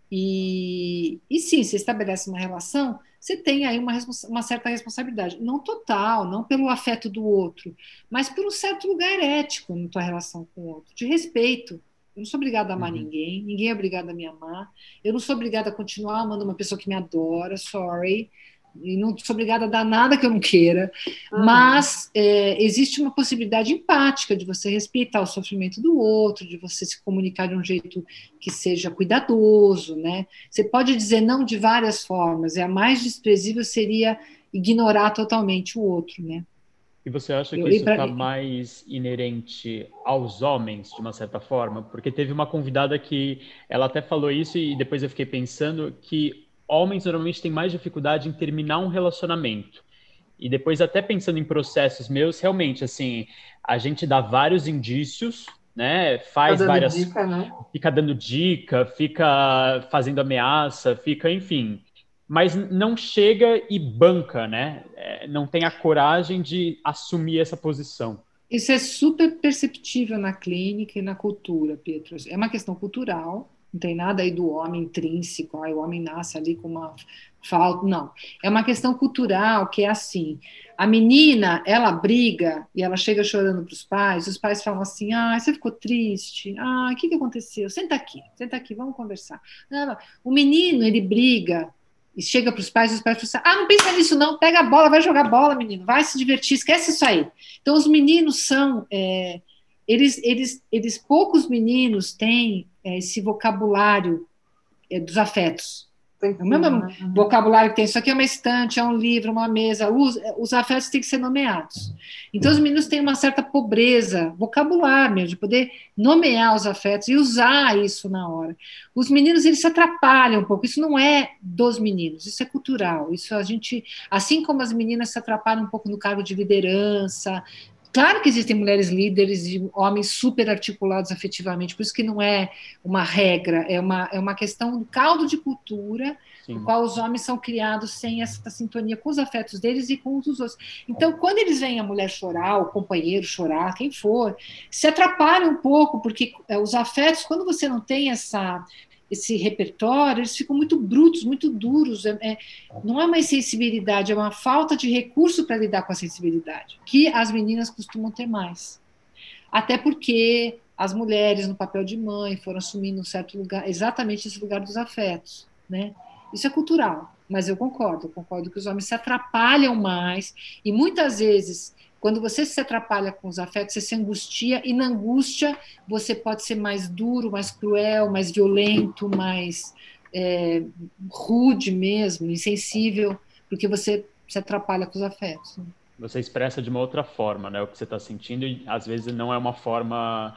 E, e sim, você estabelece uma relação, você tem aí uma, uma certa responsabilidade, não total, não pelo afeto do outro, mas por um certo lugar ético na tua relação com o outro, de respeito. Eu não sou obrigada a amar uhum. ninguém, ninguém é obrigado a me amar, eu não sou obrigada a continuar amando uma pessoa que me adora, sorry, e não sou obrigada a dar nada que eu não queira, uhum. mas é, existe uma possibilidade empática de você respeitar o sofrimento do outro, de você se comunicar de um jeito que seja cuidadoso, né? Você pode dizer não de várias formas, e a mais desprezível seria ignorar totalmente o outro, né? E você acha que eu, isso pra... está mais inerente aos homens, de uma certa forma? Porque teve uma convidada que ela até falou isso e depois eu fiquei pensando que homens normalmente têm mais dificuldade em terminar um relacionamento. E depois, até pensando em processos meus, realmente, assim, a gente dá vários indícios, né? Faz fica várias... dica, né? Fica dando dica, fica fazendo ameaça, fica, enfim... Mas não chega e banca, né? Não tem a coragem de assumir essa posição. Isso é super perceptível na clínica e na cultura, Pedro. É uma questão cultural, não tem nada aí do homem intrínseco, aí o homem nasce ali com uma falta, não. É uma questão cultural que é assim, a menina, ela briga e ela chega chorando para os pais, os pais falam assim, ah, você ficou triste, ah, o que, que aconteceu? Senta aqui, senta aqui, vamos conversar. Não, não. O menino, ele briga, e chega para os pais, e os pais falam assim, ah, não pensa nisso não, pega a bola, vai jogar bola, menino, vai se divertir, esquece isso aí. Então, os meninos são, é, eles, eles, eles, poucos meninos têm é, esse vocabulário é, dos afetos. É o mesmo uhum. vocabulário que tem, isso aqui é uma estante, é um livro, uma mesa, os, os afetos têm que ser nomeados. Então, os meninos têm uma certa pobreza vocabular mesmo, de poder nomear os afetos e usar isso na hora. Os meninos, eles se atrapalham um pouco, isso não é dos meninos, isso é cultural, isso a gente, assim como as meninas se atrapalham um pouco no cargo de liderança. Claro que existem mulheres líderes e homens super articulados afetivamente, por isso que não é uma regra, é uma, é uma questão do caldo de cultura, Sim. no qual os homens são criados sem essa sintonia com os afetos deles e com os dos outros. Então, quando eles veem a mulher chorar, o companheiro chorar, quem for, se atrapalha um pouco, porque os afetos, quando você não tem essa... esse repertório, eles ficam muito brutos, muito duros, é, é, não é uma sensibilidade, é uma falta de recurso para lidar com a sensibilidade, que as meninas costumam ter mais. Até porque as mulheres, no papel de mãe, foram assumindo um certo lugar, exatamente esse lugar dos afetos, né? Isso é cultural, mas eu concordo, eu concordo que os homens se atrapalham mais, e muitas vezes... Quando você se atrapalha com os afetos, você se angustia, e na angústia você pode ser mais duro, mais cruel, mais violento, mais é, rude mesmo, insensível, porque você se atrapalha com os afetos. Você expressa de uma outra forma, né, o que você está sentindo, e às vezes não é uma forma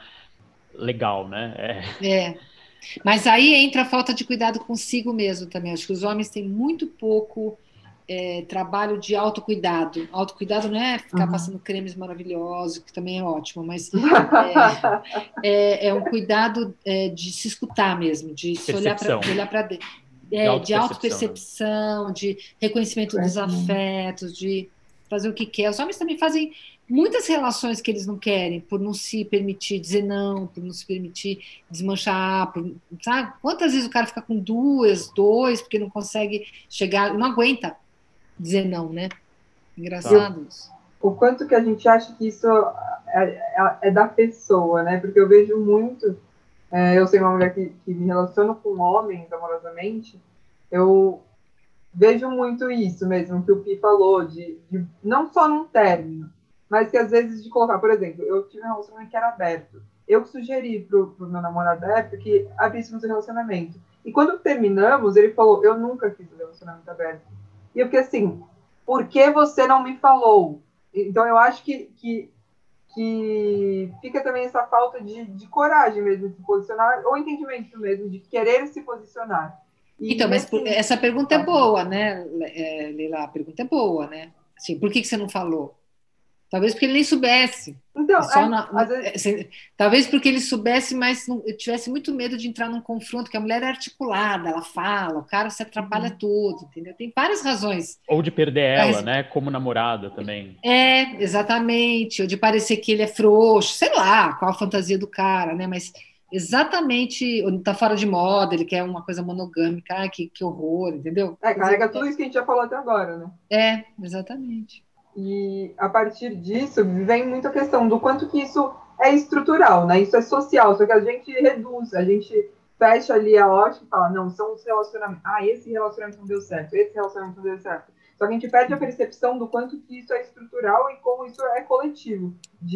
legal, né? É. é. Mas aí entra a falta de cuidado consigo mesmo também. Acho que os homens têm muito pouco... É, trabalho de autocuidado. Autocuidado não é ficar uhum. passando cremes maravilhosos, que também é ótimo, mas é, é, é um cuidado é, de se escutar mesmo, de se olhar para dentro. É, de autopercepção, né? De reconhecimento dos afetos, de fazer o que quer. Os homens também fazem muitas relações que eles não querem, por não se permitir dizer não, por não se permitir desmanchar, por, sabe? Quantas vezes o cara fica com duas, dois, porque não consegue chegar, não aguenta dizer não, né? Engraçado isso. O quanto que a gente acha que isso é, é, é da pessoa, né? Porque eu vejo muito, é, eu sou uma mulher que, que me relaciona com homens amorosamente, eu vejo muito isso mesmo que o Pi falou, de, de não só num término, mas que às vezes de colocar, por exemplo, eu tive um relacionamento que era aberto. Eu que sugeri pro, pro meu namorado aberto que abríssemos o relacionamento. E quando terminamos, ele falou, eu nunca fiz o relacionamento aberto. E eu fiquei assim, por que você não me falou? Então eu acho que, que, que fica também essa falta de, de coragem mesmo de se posicionar, ou entendimento mesmo de querer se posicionar. E então, mas assim, essa pergunta é boa, né, Leila? A pergunta é boa, né? Assim, por que, que você não falou? Talvez porque ele nem soubesse. Então, é, na, vezes... Talvez porque ele soubesse, mas não, tivesse muito medo de entrar num confronto, que a mulher é articulada, ela fala, o cara se atrapalha uhum. todo, entendeu? Tem várias razões. Ou de perder ela, mas... né? Como namorada também. É, exatamente. Ou de parecer que ele é frouxo, sei lá, qual a fantasia do cara, né? Mas exatamente, ou tá fora de moda, ele quer uma coisa monogâmica, ah, que, que horror, entendeu? É, carrega tudo isso que a gente já falou até agora, né? É, exatamente. E a partir disso vem muito a questão do quanto que isso é estrutural, né? Isso é social, só que a gente reduz, a gente fecha ali a ótica e fala, não, são os relacionamentos. Ah, esse relacionamento não deu certo, esse relacionamento não deu certo. Só que a gente perde a percepção do quanto que isso é estrutural e como isso é coletivo.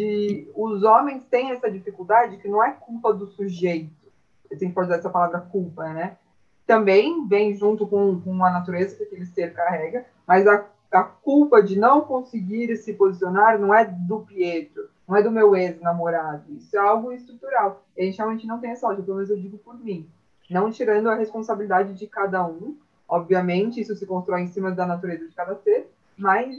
De os homens têm essa dificuldade que não é culpa do sujeito, assim, pode usar essa palavra culpa, né? Também vem junto com, com a natureza que aquele ser carrega, mas a a culpa de não conseguir se posicionar não é do Pietro, não é do meu ex-namorado. Isso é algo estrutural. A gente realmente não tem essa lógica, pelo menos eu digo por mim. Não tirando a responsabilidade de cada um. Obviamente, isso se constrói em cima da natureza de cada ser, mas,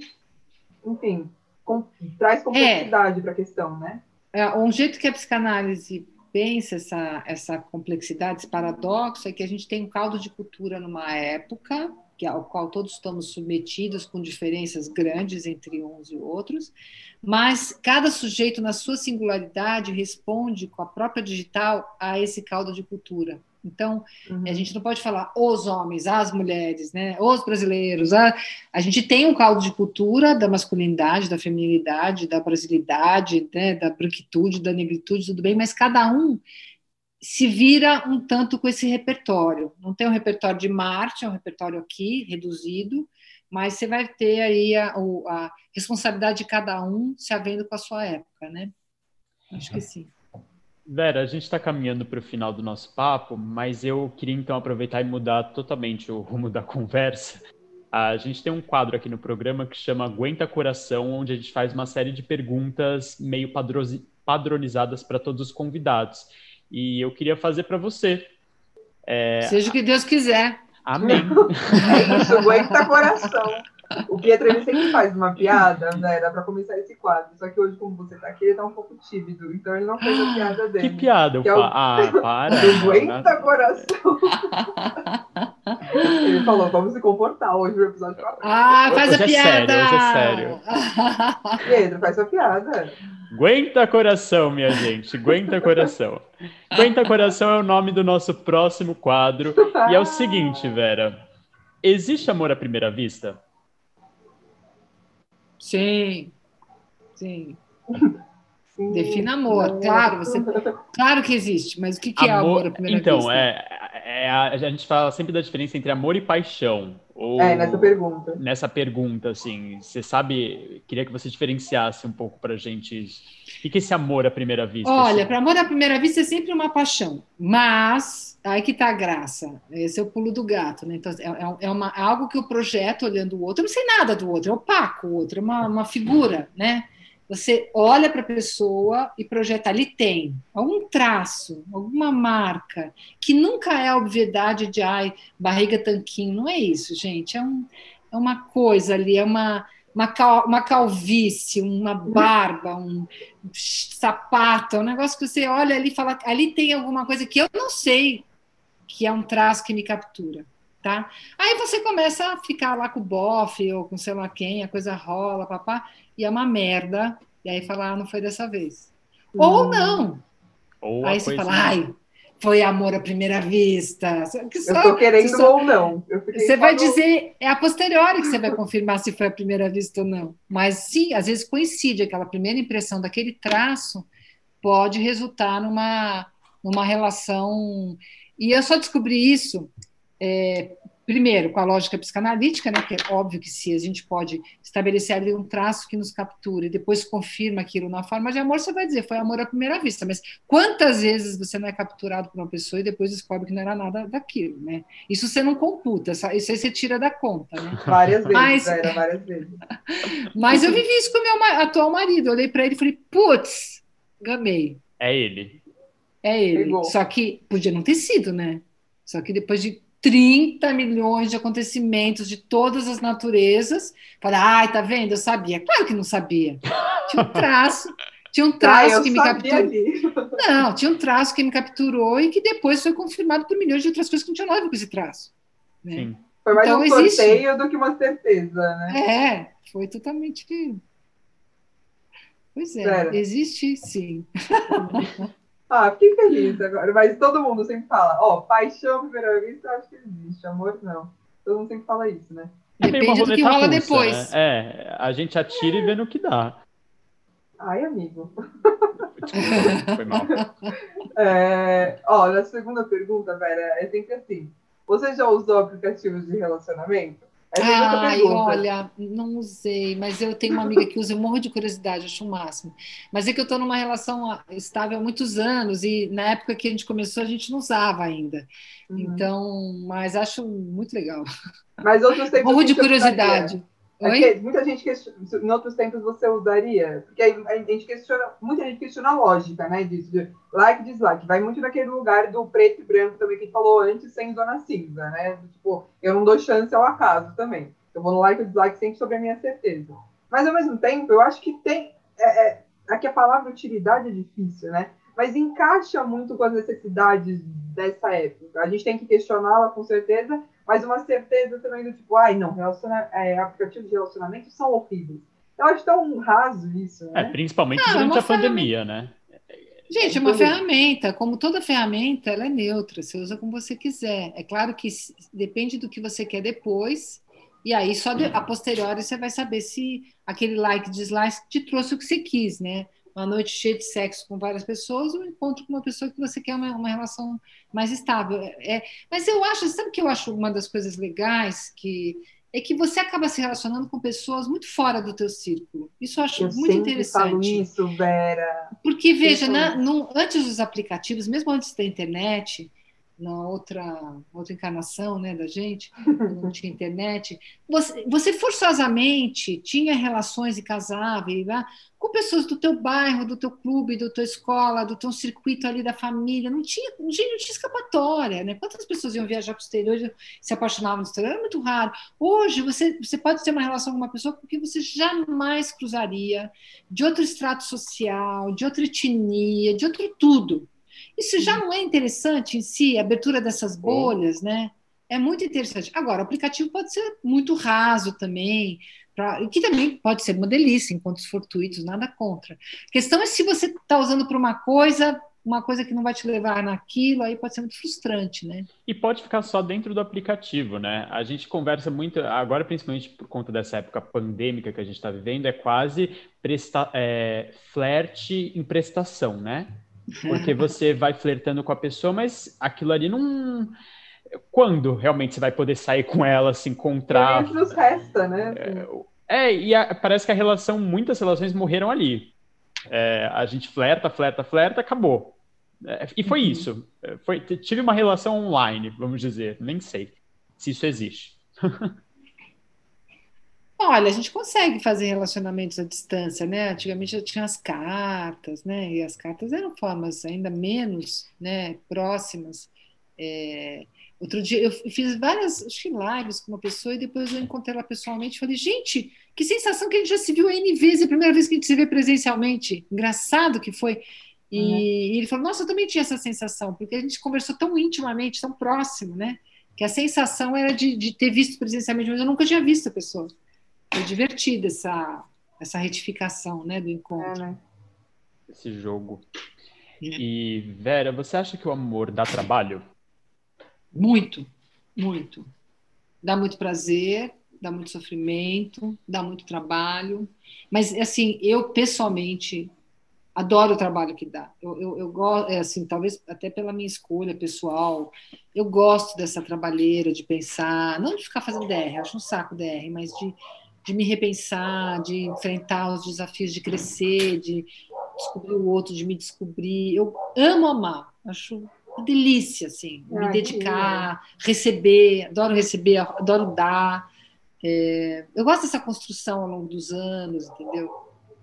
enfim, com, traz complexidade é, para a questão, né? É, um jeito que a psicanálise pensa essa, essa complexidade, esse paradoxo, é que a gente tem um caldo de cultura numa época ao qual todos estamos submetidos, com diferenças grandes entre uns e outros, mas cada sujeito, na sua singularidade, responde com a própria digital a esse caldo de cultura. Então, uhum. a gente não pode falar os homens, as mulheres, né, os brasileiros. A, a gente tem um caldo de cultura da masculinidade, da feminilidade, da brasilidade, né, da branquitude, da negritude, tudo bem, mas cada um se vira um tanto com esse repertório. Não tem um repertório de Marte, é um repertório aqui, reduzido, mas você vai ter aí a, a responsabilidade de cada um se havendo com a sua época, né? Acho que sim. Vera, a gente está caminhando para o final do nosso papo, mas eu queria então aproveitar e mudar totalmente o rumo da conversa. A gente tem um quadro aqui no programa que chama Aguenta Coração, onde a gente faz uma série de perguntas meio padronizadas para todos os convidados. E eu queria fazer para você. É... Seja o que Deus quiser. Amém. É isso, aguenta coração. O Pietro, ele sempre faz uma piada, Vera, para começar esse quadro. Só que hoje, como você tá aqui, ele tá um pouco tímido. Então, ele não fez a piada dele. Que piada? Que é o... Ah, para. Aguenta coração. Ele falou, vamos se comportar hoje no episódio pra Ah, faz hoje a é piada. Sério, hoje é sério. Pedro, faz sua piada. Aguenta coração, minha gente. Aguenta coração. Aguenta coração é o nome do nosso próximo quadro. E é o seguinte, Vera. Existe amor à primeira vista? Sim. Sim. Sim. Defina amor. Claro, você... claro que existe. Mas o que, que amor... é amor à primeira então, vista? Então, é, é, a gente fala sempre da diferença entre amor e paixão. Ou... É, nessa pergunta. Nessa pergunta, assim, você sabe, queria que você diferenciasse um pouco pra gente o que, que é esse amor à primeira vista. Olha, assim? para amor à primeira vista é sempre uma paixão, mas aí que tá a graça, esse é o pulo do gato, né? Então, é, é, uma, é algo que eu projeto olhando o outro, eu não sei nada do outro, é opaco o outro, é uma, uma figura, né? Você olha para a pessoa e projeta, ali tem algum traço, alguma marca, que nunca é a obviedade de, ai, barriga tanquinho, não é isso, gente, é, um, é uma coisa ali, é uma, uma, cal, uma calvície, uma barba, um sapato, é um negócio que você olha ali e fala, ali tem alguma coisa que eu não sei, que é um traço que me captura. Tá? Aí você começa a ficar lá com o bofe ou com sei lá quem, a coisa rola, papá, e é uma merda, E aí fala, ah, não foi dessa vez. Hum. Ou não. Ou Aí a você coisa... fala, ai, foi amor à primeira vista. Que só, Eu tô querendo só, ou não. Eu você vai no... dizer, é a posteriori que você vai confirmar se foi a primeira vista ou não. Mas sim, às vezes coincide aquela primeira impressão daquele traço pode resultar numa, numa relação. E eu só descobri isso, é, primeiro, com a lógica psicanalítica, né, que é óbvio que se a gente pode estabelecer ali um traço que nos captura e depois confirma aquilo na forma de amor, você vai dizer, foi amor à primeira vista. Mas quantas vezes você não é capturado por uma pessoa e depois descobre que não era nada daquilo, né? Isso você não computa, isso aí você tira da conta, né? Várias vezes, mas, era várias vezes. Mas eu vivi isso com o meu atual marido. Eu olhei para ele e falei, putz, gamei. É ele. É ele. Pegou. Só que podia não ter sido, né? Só que depois de trinta milhões de acontecimentos de todas as naturezas, falei, ai, tá vendo? Eu sabia. Claro que não sabia. Tinha um traço, tinha um traço ah, que me capturou. Ali. Não, tinha um traço que me capturou e que depois foi confirmado por milhões de outras coisas que não tinham nada a ver com esse traço. Né? Sim. Foi mais então, um existe. sorteio do que uma certeza, né? É, foi totalmente... Pois é, Sério? Existe sim. Ah, fiquei feliz agora. Mas todo mundo sempre fala, ó, oh, paixão à primeira vista, eu acho que existe, amor não. Todo mundo sempre fala isso, né? Depende do que rola russa, depois. Né? É, a gente atira e vê no que dá. Ai, amigo. Desculpa, foi mal. É, ó, na segunda pergunta, Vera, é sempre assim. Você já usou aplicativos de relacionamento? É Ai, olha, não usei, mas eu tenho uma amiga que usa, eu morro de curiosidade, acho o máximo. Mas é que eu estou numa relação estável há muitos anos e na época que a gente começou a gente não usava ainda. Uhum. Então, mas acho muito legal. Mas outros tempos morro de curiosidade. É muita gente questiona, em outros tempos você usaria, porque a gente questiona, muita gente questiona a lógica, né, disso, de like e dislike, vai muito naquele lugar do preto e branco também que a gente falou antes, sem zona cinza, né, tipo, eu não dou chance ao acaso também, eu vou no like e dislike sempre sobre a minha certeza. Mas ao mesmo tempo, eu acho que tem, é, é, aqui a palavra utilidade é difícil, né, mas encaixa muito com as necessidades dessa época, a gente tem que questioná-la com certeza, mas uma certeza também do tipo, ai, não, relaciona, é, aplicativos de relacionamento são horríveis. Eu acho tão raso isso, né? É, principalmente não, durante é a pandemia, né? Gente, é uma ferramenta, como toda ferramenta, ela é neutra, você usa como você quiser. É claro que depende do que você quer depois, e aí só de, a posteriori você vai saber se aquele like, dislike te trouxe o que você quis, né? Uma noite cheia de sexo com várias pessoas, ou um encontro com uma pessoa que você quer uma, uma relação mais estável. É, mas eu acho, sabe que eu acho uma das coisas legais que é que você acaba se relacionando com pessoas muito fora do teu círculo. Isso eu acho eu muito interessante. Falo isso, Vera. Porque, veja, na, no, antes dos aplicativos, mesmo antes da internet, na outra, outra encarnação, né, da gente, não tinha internet, você, você forçosamente tinha relações e casava e lá, com pessoas do teu bairro, do teu clube, da tua escola, do teu circuito ali da família, não tinha, não tinha, não tinha escapatória, né? Quantas pessoas iam viajar para o exterior e se apaixonavam no exterior? Era muito raro. Hoje, você, você pode ter uma relação com uma pessoa com quem você jamais cruzaria, de outro extrato social, de outra etnia, de outro tudo. Isso já não é interessante em si, a abertura dessas bolhas, né? É muito interessante. Agora, o aplicativo pode ser muito raso também, pra, que também pode ser uma delícia, encontros fortuitos, nada contra. A questão é se você está usando para uma coisa, uma coisa que não vai te levar naquilo, aí pode ser muito frustrante, né? E pode ficar só dentro do aplicativo, né? A gente conversa muito, agora principalmente por conta dessa época pandêmica que a gente está vivendo, é quase presta, é, flerte em prestação, né? Porque você vai flertando com a pessoa, mas aquilo ali não... Quando realmente você vai poder sair com ela, se encontrar? E nos resta, né? É, é e a, parece que a relação, muitas relações morreram ali. É, a gente flerta, flerta, flerta, acabou. É, e foi uhum. isso. Foi, tive uma relação online, vamos dizer. Nem sei se isso existe. Olha, a gente consegue fazer relacionamentos à distância, né? Antigamente já tinha as cartas, né? E as cartas eram formas ainda menos, né, próximas. É... Outro dia eu fiz várias acho que lives com uma pessoa e depois eu encontrei ela pessoalmente e falei, gente, que sensação que a gente já se viu N vezes, é a primeira vez que a gente se vê presencialmente. Engraçado que foi. E, uhum. e ele falou, nossa, eu também tinha essa sensação, porque a gente conversou tão intimamente, tão próximo, né? Que a sensação era de, de ter visto presencialmente, mas eu nunca tinha visto a pessoa. Foi divertida essa, essa retificação, né, do É, encontro. né? Esse jogo. É. E, Vera, você acha que o amor dá trabalho? Muito, muito. Dá muito prazer, dá muito sofrimento, dá muito trabalho. Mas, assim, eu pessoalmente adoro o trabalho que dá. Eu, eu, eu gosto, assim, talvez até pela minha escolha pessoal, eu gosto dessa trabalheira de pensar, não de ficar fazendo D R, acho um saco D R, mas de, de me repensar, de enfrentar os desafios, de crescer, de descobrir o outro, de me descobrir. Eu amo amar, acho uma delícia, assim, me Ai, que lindo. dedicar, receber, adoro receber, adoro dar. É, eu gosto dessa construção ao longo dos anos, entendeu?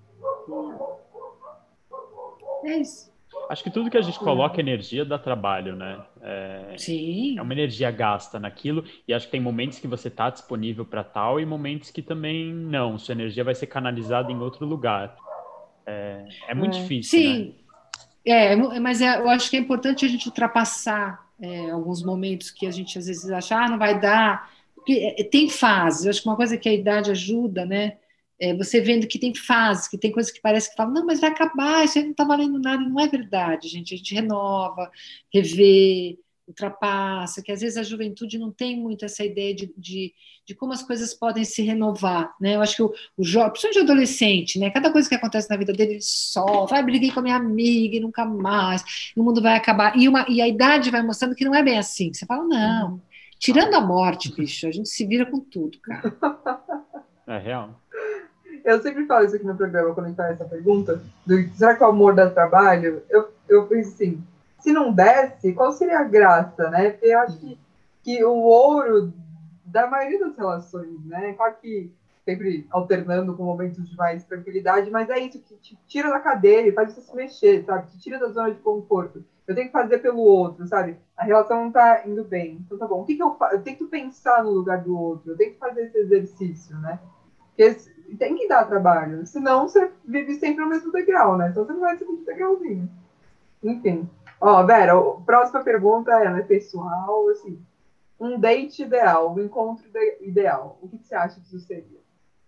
E é isso. Acho que tudo que a gente coloca É. energia dá trabalho, né? É, é Sim, uma energia gasta naquilo, e acho que tem momentos que você está disponível para tal e momentos que também não, sua energia vai ser canalizada em outro lugar. É, é muito É. difícil, né? sim, é, mas é, eu acho que é importante a gente ultrapassar é, alguns momentos que a gente às vezes acha, ah, não vai dar, porque é, tem fases. Eu acho que uma coisa que a idade ajuda, né? É você vendo que tem fases, que tem coisas que parece que falam, não, mas vai acabar, isso aí não está valendo nada, e não é verdade, gente. A gente renova, revê, ultrapassa, que às vezes a juventude não tem muito essa ideia de, de, de como as coisas podem se renovar, né? Eu acho que o, o jovem, principalmente o adolescente, né? Cada coisa que acontece na vida dele, ele sofre, ah, briguei com a minha amiga e nunca mais, e o mundo vai acabar. E, uma, e a idade vai mostrando que não é bem assim. Você fala, não, Uhum. tirando a morte, bicho, a gente se vira com tudo, cara. É real. Eu sempre falo isso aqui no programa, quando a gente faz essa pergunta, do, será que o amor dá trabalho? Eu, eu penso assim, se não desse, qual seria a graça, né? Porque eu acho que, que o ouro da maioria das relações, né? Claro que sempre alternando com momentos de mais tranquilidade, mas é isso que te tira da cadeira e faz você se mexer, sabe? Te tira da zona de conforto. Eu tenho que fazer pelo outro, sabe? A relação não tá indo bem. Então tá bom, o que, que eu faço? Eu tenho que pensar no lugar do outro, eu tenho que fazer esse exercício, né? Porque tem que dar trabalho, senão você vive sempre no mesmo degrau, né? Então você não vai subir de degrauzinho. Enfim. Ó, Vera, a próxima pergunta ela é pessoal, assim. Um date ideal, um encontro ideal. O que você acha que isso seria?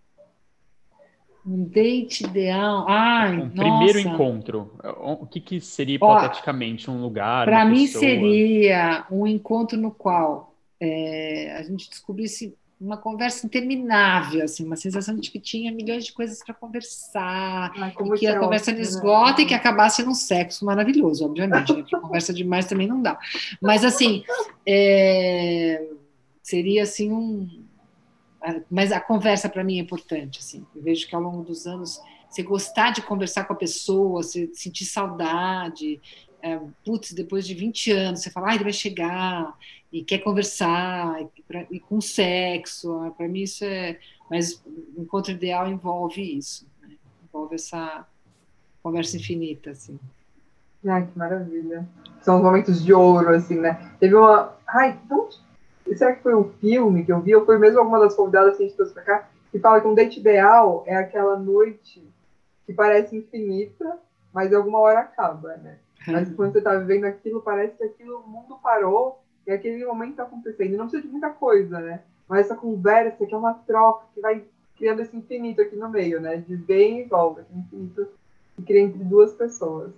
Um date ideal. Ai, Um primeiro nossa. encontro, o que, que seria Ó, hipoteticamente um lugar, uma para mim pessoa? seria um encontro no qual é, a gente descobrisse uma conversa interminável, assim, uma sensação de que tinha milhões de coisas para conversar Ai, e como que isso a é conversa não ótimo, né? esgota e que acabasse num sexo maravilhoso, obviamente, né? Porque conversa demais também não dá. Mas assim, é, seria assim um. Mas a conversa para mim é importante, assim. Eu vejo que ao longo dos anos você gostar de conversar com a pessoa, você sentir saudade, é, putz, depois de vinte anos, você fala, ah, ele vai chegar e quer conversar, e, pra, e com sexo, ah, para mim isso é. Mas o encontro ideal envolve isso, né? Envolve essa conversa infinita, assim. Ai, que maravilha. São os momentos de ouro, assim, né? Teve uma. Ai, não. Será que foi um filme que eu vi, ou foi mesmo alguma das convidadas que a gente trouxe pra cá, que fala que um date ideal é aquela noite que parece infinita, mas alguma hora acaba, né? Mas quando você tá vivendo aquilo, parece que aquilo, o mundo parou e aquele momento tá acontecendo. E não precisa de muita coisa, né? Mas essa conversa, que é uma troca, que vai criando esse infinito aqui no meio, né? De bem e volta, esse infinito que cria entre duas pessoas.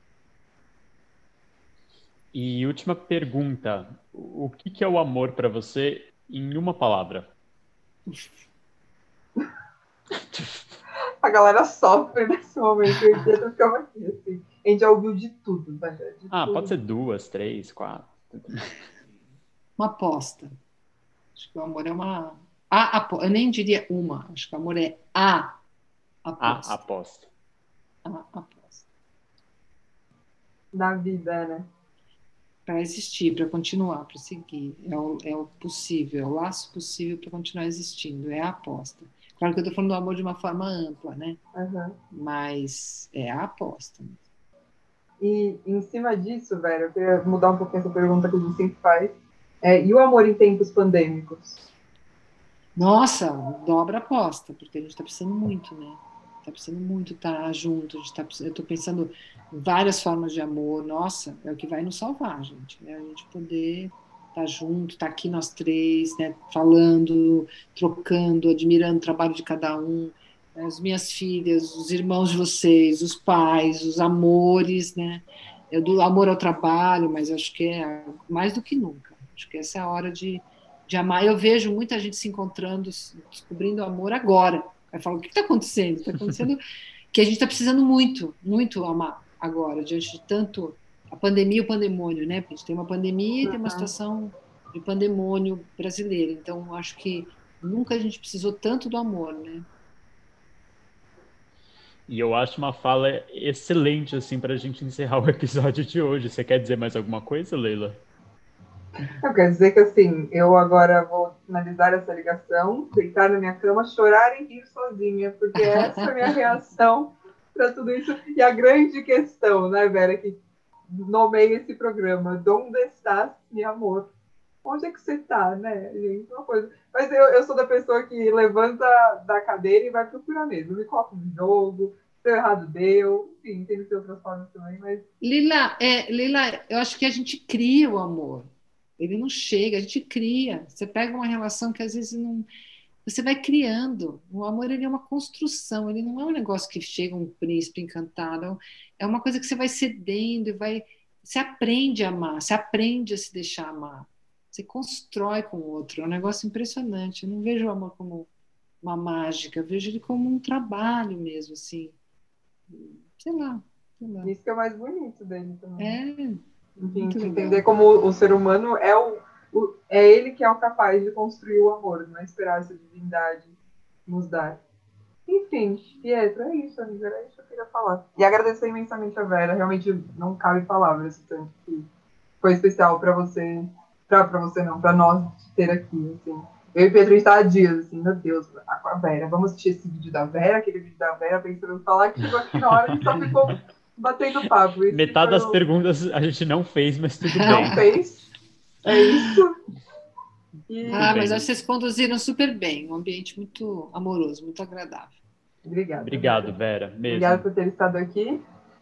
E última pergunta, o que, que é o amor para você em uma palavra? A galera sofre nesse momento. E eu ficava aqui, assim. A gente já ouviu de tudo, tá? De Ah, pode tudo. ser duas, três, quatro. Uma aposta. Acho que o amor é uma. A, apo- eu nem diria uma, acho que o amor é a A aposta. aposta. A aposta. Na vida, né? Para existir, para continuar, para seguir. É o, é o possível, é o laço possível para continuar existindo, é a aposta. Claro que eu estou falando do amor de uma forma ampla, né? Uhum. Mas é a aposta. E em cima disso, velho, eu queria mudar um pouquinho essa pergunta que a gente sempre faz. É, e o amor em tempos pandêmicos? Nossa, dobra a aposta, porque a gente está precisando muito, né? Está precisando muito estar junto. A gente tá, eu estou pensando em várias formas de amor. Nossa, é o que vai nos salvar, gente. Né? A gente poder estar junto, estar aqui nós três, né? Falando, trocando, admirando o trabalho de cada um. as minhas filhas, os irmãos de vocês, os pais, os amores, né? Eu do amor ao trabalho, mas acho que é mais do que nunca. Acho que essa é a hora de, de amar. Eu vejo muita gente se encontrando, descobrindo o amor agora. Eu falo, o que está acontecendo? Está acontecendo que a gente está precisando muito, muito amar agora, diante de tanto a pandemia e o pandemônio, né? Porque a gente tem uma pandemia e tem uma situação de pandemônio brasileiro. Então, acho que nunca a gente precisou tanto do amor, né? E eu acho uma fala excelente, assim, para a gente encerrar o episódio de hoje. Você quer dizer mais alguma coisa, Leila? Eu quero dizer que, assim, eu agora vou finalizar essa ligação, deitar na minha cama, chorar e rir sozinha, porque essa é a minha reação para tudo isso. E a grande questão, né, Vera, que nomeia esse programa, Donde estás, meu amor? Onde é que você tá, né, gente? Uma coisa. Mas eu, eu sou da pessoa que levanta da cadeira e vai procurar mesmo. Me coloco no jogo, deu errado, deu. Enfim, tem que ter outras formas também, mas... Lila, é, Lila, eu acho que a gente cria o amor. Ele não chega, a gente cria. Você pega uma relação que às vezes não... Você vai criando. O amor, ele é uma construção, ele não é um negócio que chega um príncipe encantado. É uma coisa que você vai cedendo e vai... Você aprende a amar, você aprende a se deixar amar. Você constrói com o outro. É um negócio impressionante. Eu não vejo o amor como uma mágica, eu vejo ele como um trabalho mesmo, assim. Sei lá. Sei lá. Isso que é o mais bonito dele também. É... Enfim, de entender como o ser humano é o, o é ele que é o capaz de construir o amor, não é esperar essa divindade nos dar. Enfim, Pietro, é isso, amiga, era isso que eu queria falar. E agradecer imensamente a Vera, realmente não cabe palavras, tanto que foi especial para você, para você não, para nós ter aqui, assim. Eu e o Pedro, a gente tá há dias, assim, meu Deus, a Vera, vamos assistir esse vídeo da Vera, aquele vídeo da Vera, pensando em falar, que chegou aqui na hora, a gente só ficou batendo papo. Isso Metade das o... perguntas a gente não fez, mas tudo não bem. Não fez, é isso. E... Ah, mas acho que vocês conduziram super bem, um ambiente muito amoroso, muito agradável. Obrigada. Obrigado, Vera. Mesmo. Obrigada por ter estado aqui.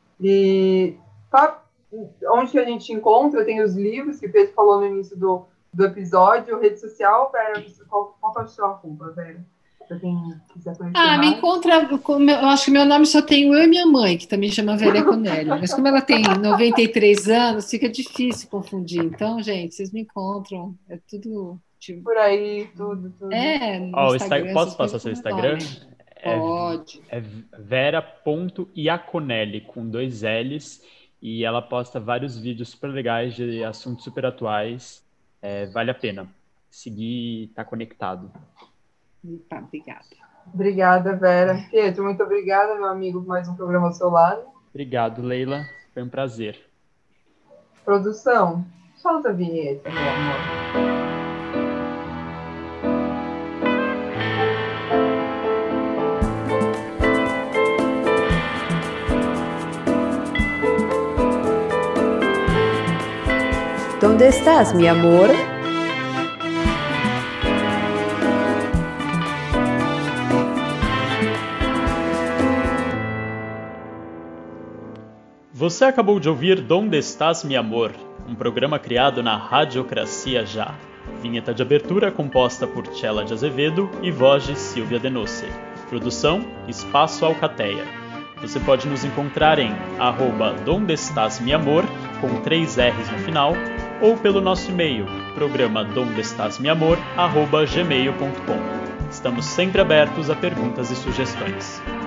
E onde que a gente encontra? Tem os livros que o Pedro falou no início do, do episódio, rede social, Vera, qual, qual é o seu arroba, Vera? Pra quem quiser conhecer Ah, mais. me encontra, eu acho que meu nome só tem eu e minha mãe, que também chama Vera Conelli, mas como ela tem noventa e três anos, fica difícil confundir. Então, gente, vocês me encontram, é tudo... Tipo, por aí, tudo, tudo. É, no oh, Instagram, posso passar seu Instagram? É, Pode. É vera ponto iaconelli, com dois L's, e ela posta vários vídeos super legais de assuntos super atuais. É, vale a pena seguir e estar conectado. Tá, obrigada. Obrigada, Vera. Pietro, muito obrigada, meu amigo, por mais um programa ao seu lado. Obrigado, Leila. Foi um prazer. Produção, solta a vinheta, meu amor. ¿Dónde estás, mi amor? Você acabou de ouvir Donde Estás, Mi Amor, um programa criado na Radiocracia Já. Vinheta de abertura composta por Tchela de Azevedo e voz de Silvia Denose. Produção, Espaço Alcateia. Você pode nos encontrar em arroba Donde Estás, Mi Amor, com três R's no final, ou pelo nosso e-mail, programa dondestasmiamor arroba gmail ponto com. Estamos sempre abertos a perguntas e sugestões.